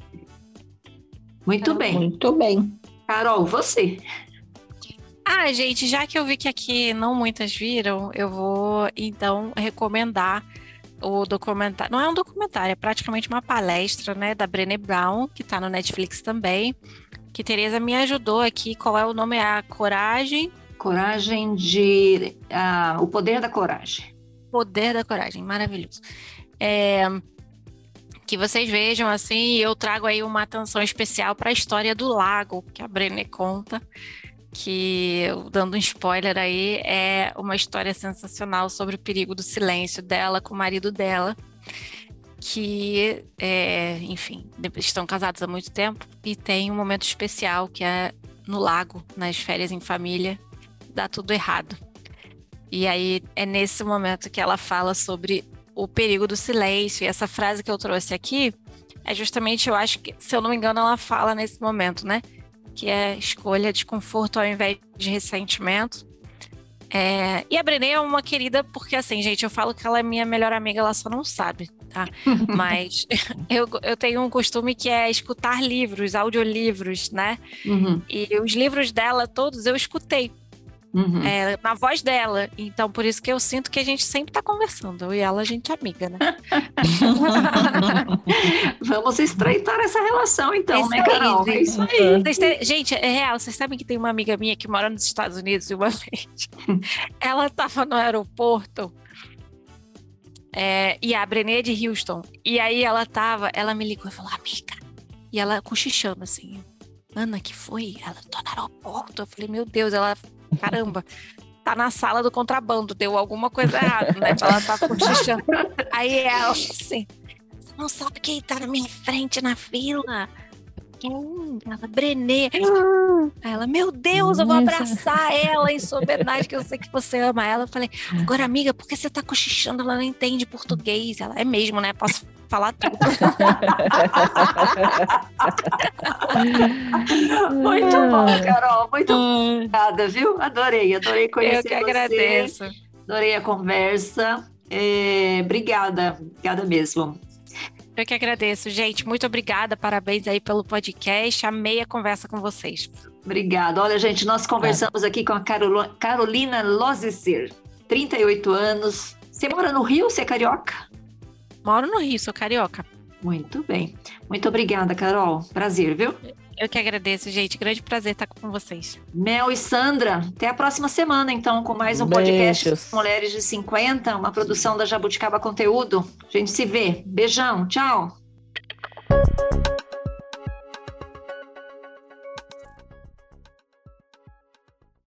[SPEAKER 1] Muito bem.
[SPEAKER 3] Muito bem.
[SPEAKER 1] Carol, você.
[SPEAKER 5] Ah, gente, já que eu vi que aqui não muitas viram, eu vou então recomendar o documentário. Não é um documentário, é praticamente uma palestra, né, da Brené Brown, que está no Netflix também, que Tereza me ajudou aqui. Qual é o nome? É a Coragem.
[SPEAKER 1] Coragem de... ah, o poder da coragem.
[SPEAKER 5] Poder da Coragem, maravilhoso. É, que vocês vejam assim, eu trago aí uma atenção especial para a história do lago, que a Brené conta, que, dando um spoiler aí, é uma história sensacional sobre o perigo do silêncio dela com o marido dela, que, é, enfim, estão casados há muito tempo e tem um momento especial que é no lago, nas férias em família, dá tudo errado. E aí é nesse momento que ela fala sobre o perigo do silêncio, e essa frase que eu trouxe aqui é justamente, eu acho que, se eu não me engano, ela fala nesse momento, né? Que é escolha desconforto ao invés de ressentimento. É, e a Brené é uma querida porque, assim, gente, eu falo que ela é minha melhor amiga, ela só não sabe, tá? Mas eu, eu tenho um costume que é escutar livros, audiolivros, né?
[SPEAKER 1] Uhum,
[SPEAKER 5] E os livros dela todos eu escutei.
[SPEAKER 1] uhum.
[SPEAKER 5] É, na voz dela, então por isso que eu sinto que a gente sempre tá conversando, eu e ela, a gente é amiga, né?
[SPEAKER 1] Vamos estreitar essa relação, então,
[SPEAKER 5] Isso
[SPEAKER 1] né,
[SPEAKER 5] aí,
[SPEAKER 1] Carol? É
[SPEAKER 5] gente.
[SPEAKER 1] isso aí.
[SPEAKER 5] Vocês têm- gente, é real, vocês sabem que tem uma amiga minha que mora nos Estados Unidos e uma vez ela tava no aeroporto, é, e a Brené é de Houston, e aí ela tava, ela me ligou e falou, amiga, e ela cochichando assim, Ana, que foi? Ela, tô no aeroporto. Eu falei, meu Deus, ela, caramba, tá na sala do contrabando, deu alguma coisa errada, né? Ela tá cochichando. Aí ela, assim, você não sabe quem tá na minha frente na fila? quem? Ela, Brené. Aí ela, meu Deus, eu vou
[SPEAKER 4] Nossa.
[SPEAKER 5] abraçar ela em sua homenagem, que eu sei que você ama ela. Eu falei, agora, amiga, por que você tá cochichando? Ela não entende português. Ela, é mesmo, né? Posso falar tudo.
[SPEAKER 1] Muito bom, Carol. Muito obrigada, viu? Adorei, adorei conhecer
[SPEAKER 5] Eu que
[SPEAKER 1] você.
[SPEAKER 5] agradeço.
[SPEAKER 1] Adorei a conversa. É, obrigada, obrigada mesmo.
[SPEAKER 5] Eu que agradeço, gente. Muito obrigada. Parabéns aí pelo podcast. Amei a conversa com vocês.
[SPEAKER 1] Obrigada. Olha, gente, nós conversamos aqui com a Carolo- Carolina Lozicer, trinta e oito anos. Você mora no Rio? Você é carioca?
[SPEAKER 5] Moro no Rio, sou carioca.
[SPEAKER 1] Muito bem. Muito obrigada, Carol. Prazer, viu?
[SPEAKER 5] Eu que agradeço, gente. Grande prazer estar com vocês.
[SPEAKER 1] Mel e Sandra, até a próxima semana, então, com mais um podcast
[SPEAKER 3] Beijos.
[SPEAKER 1] Mulheres de cinquenta, uma produção da Jabuticaba Conteúdo. A gente se vê. Beijão, tchau.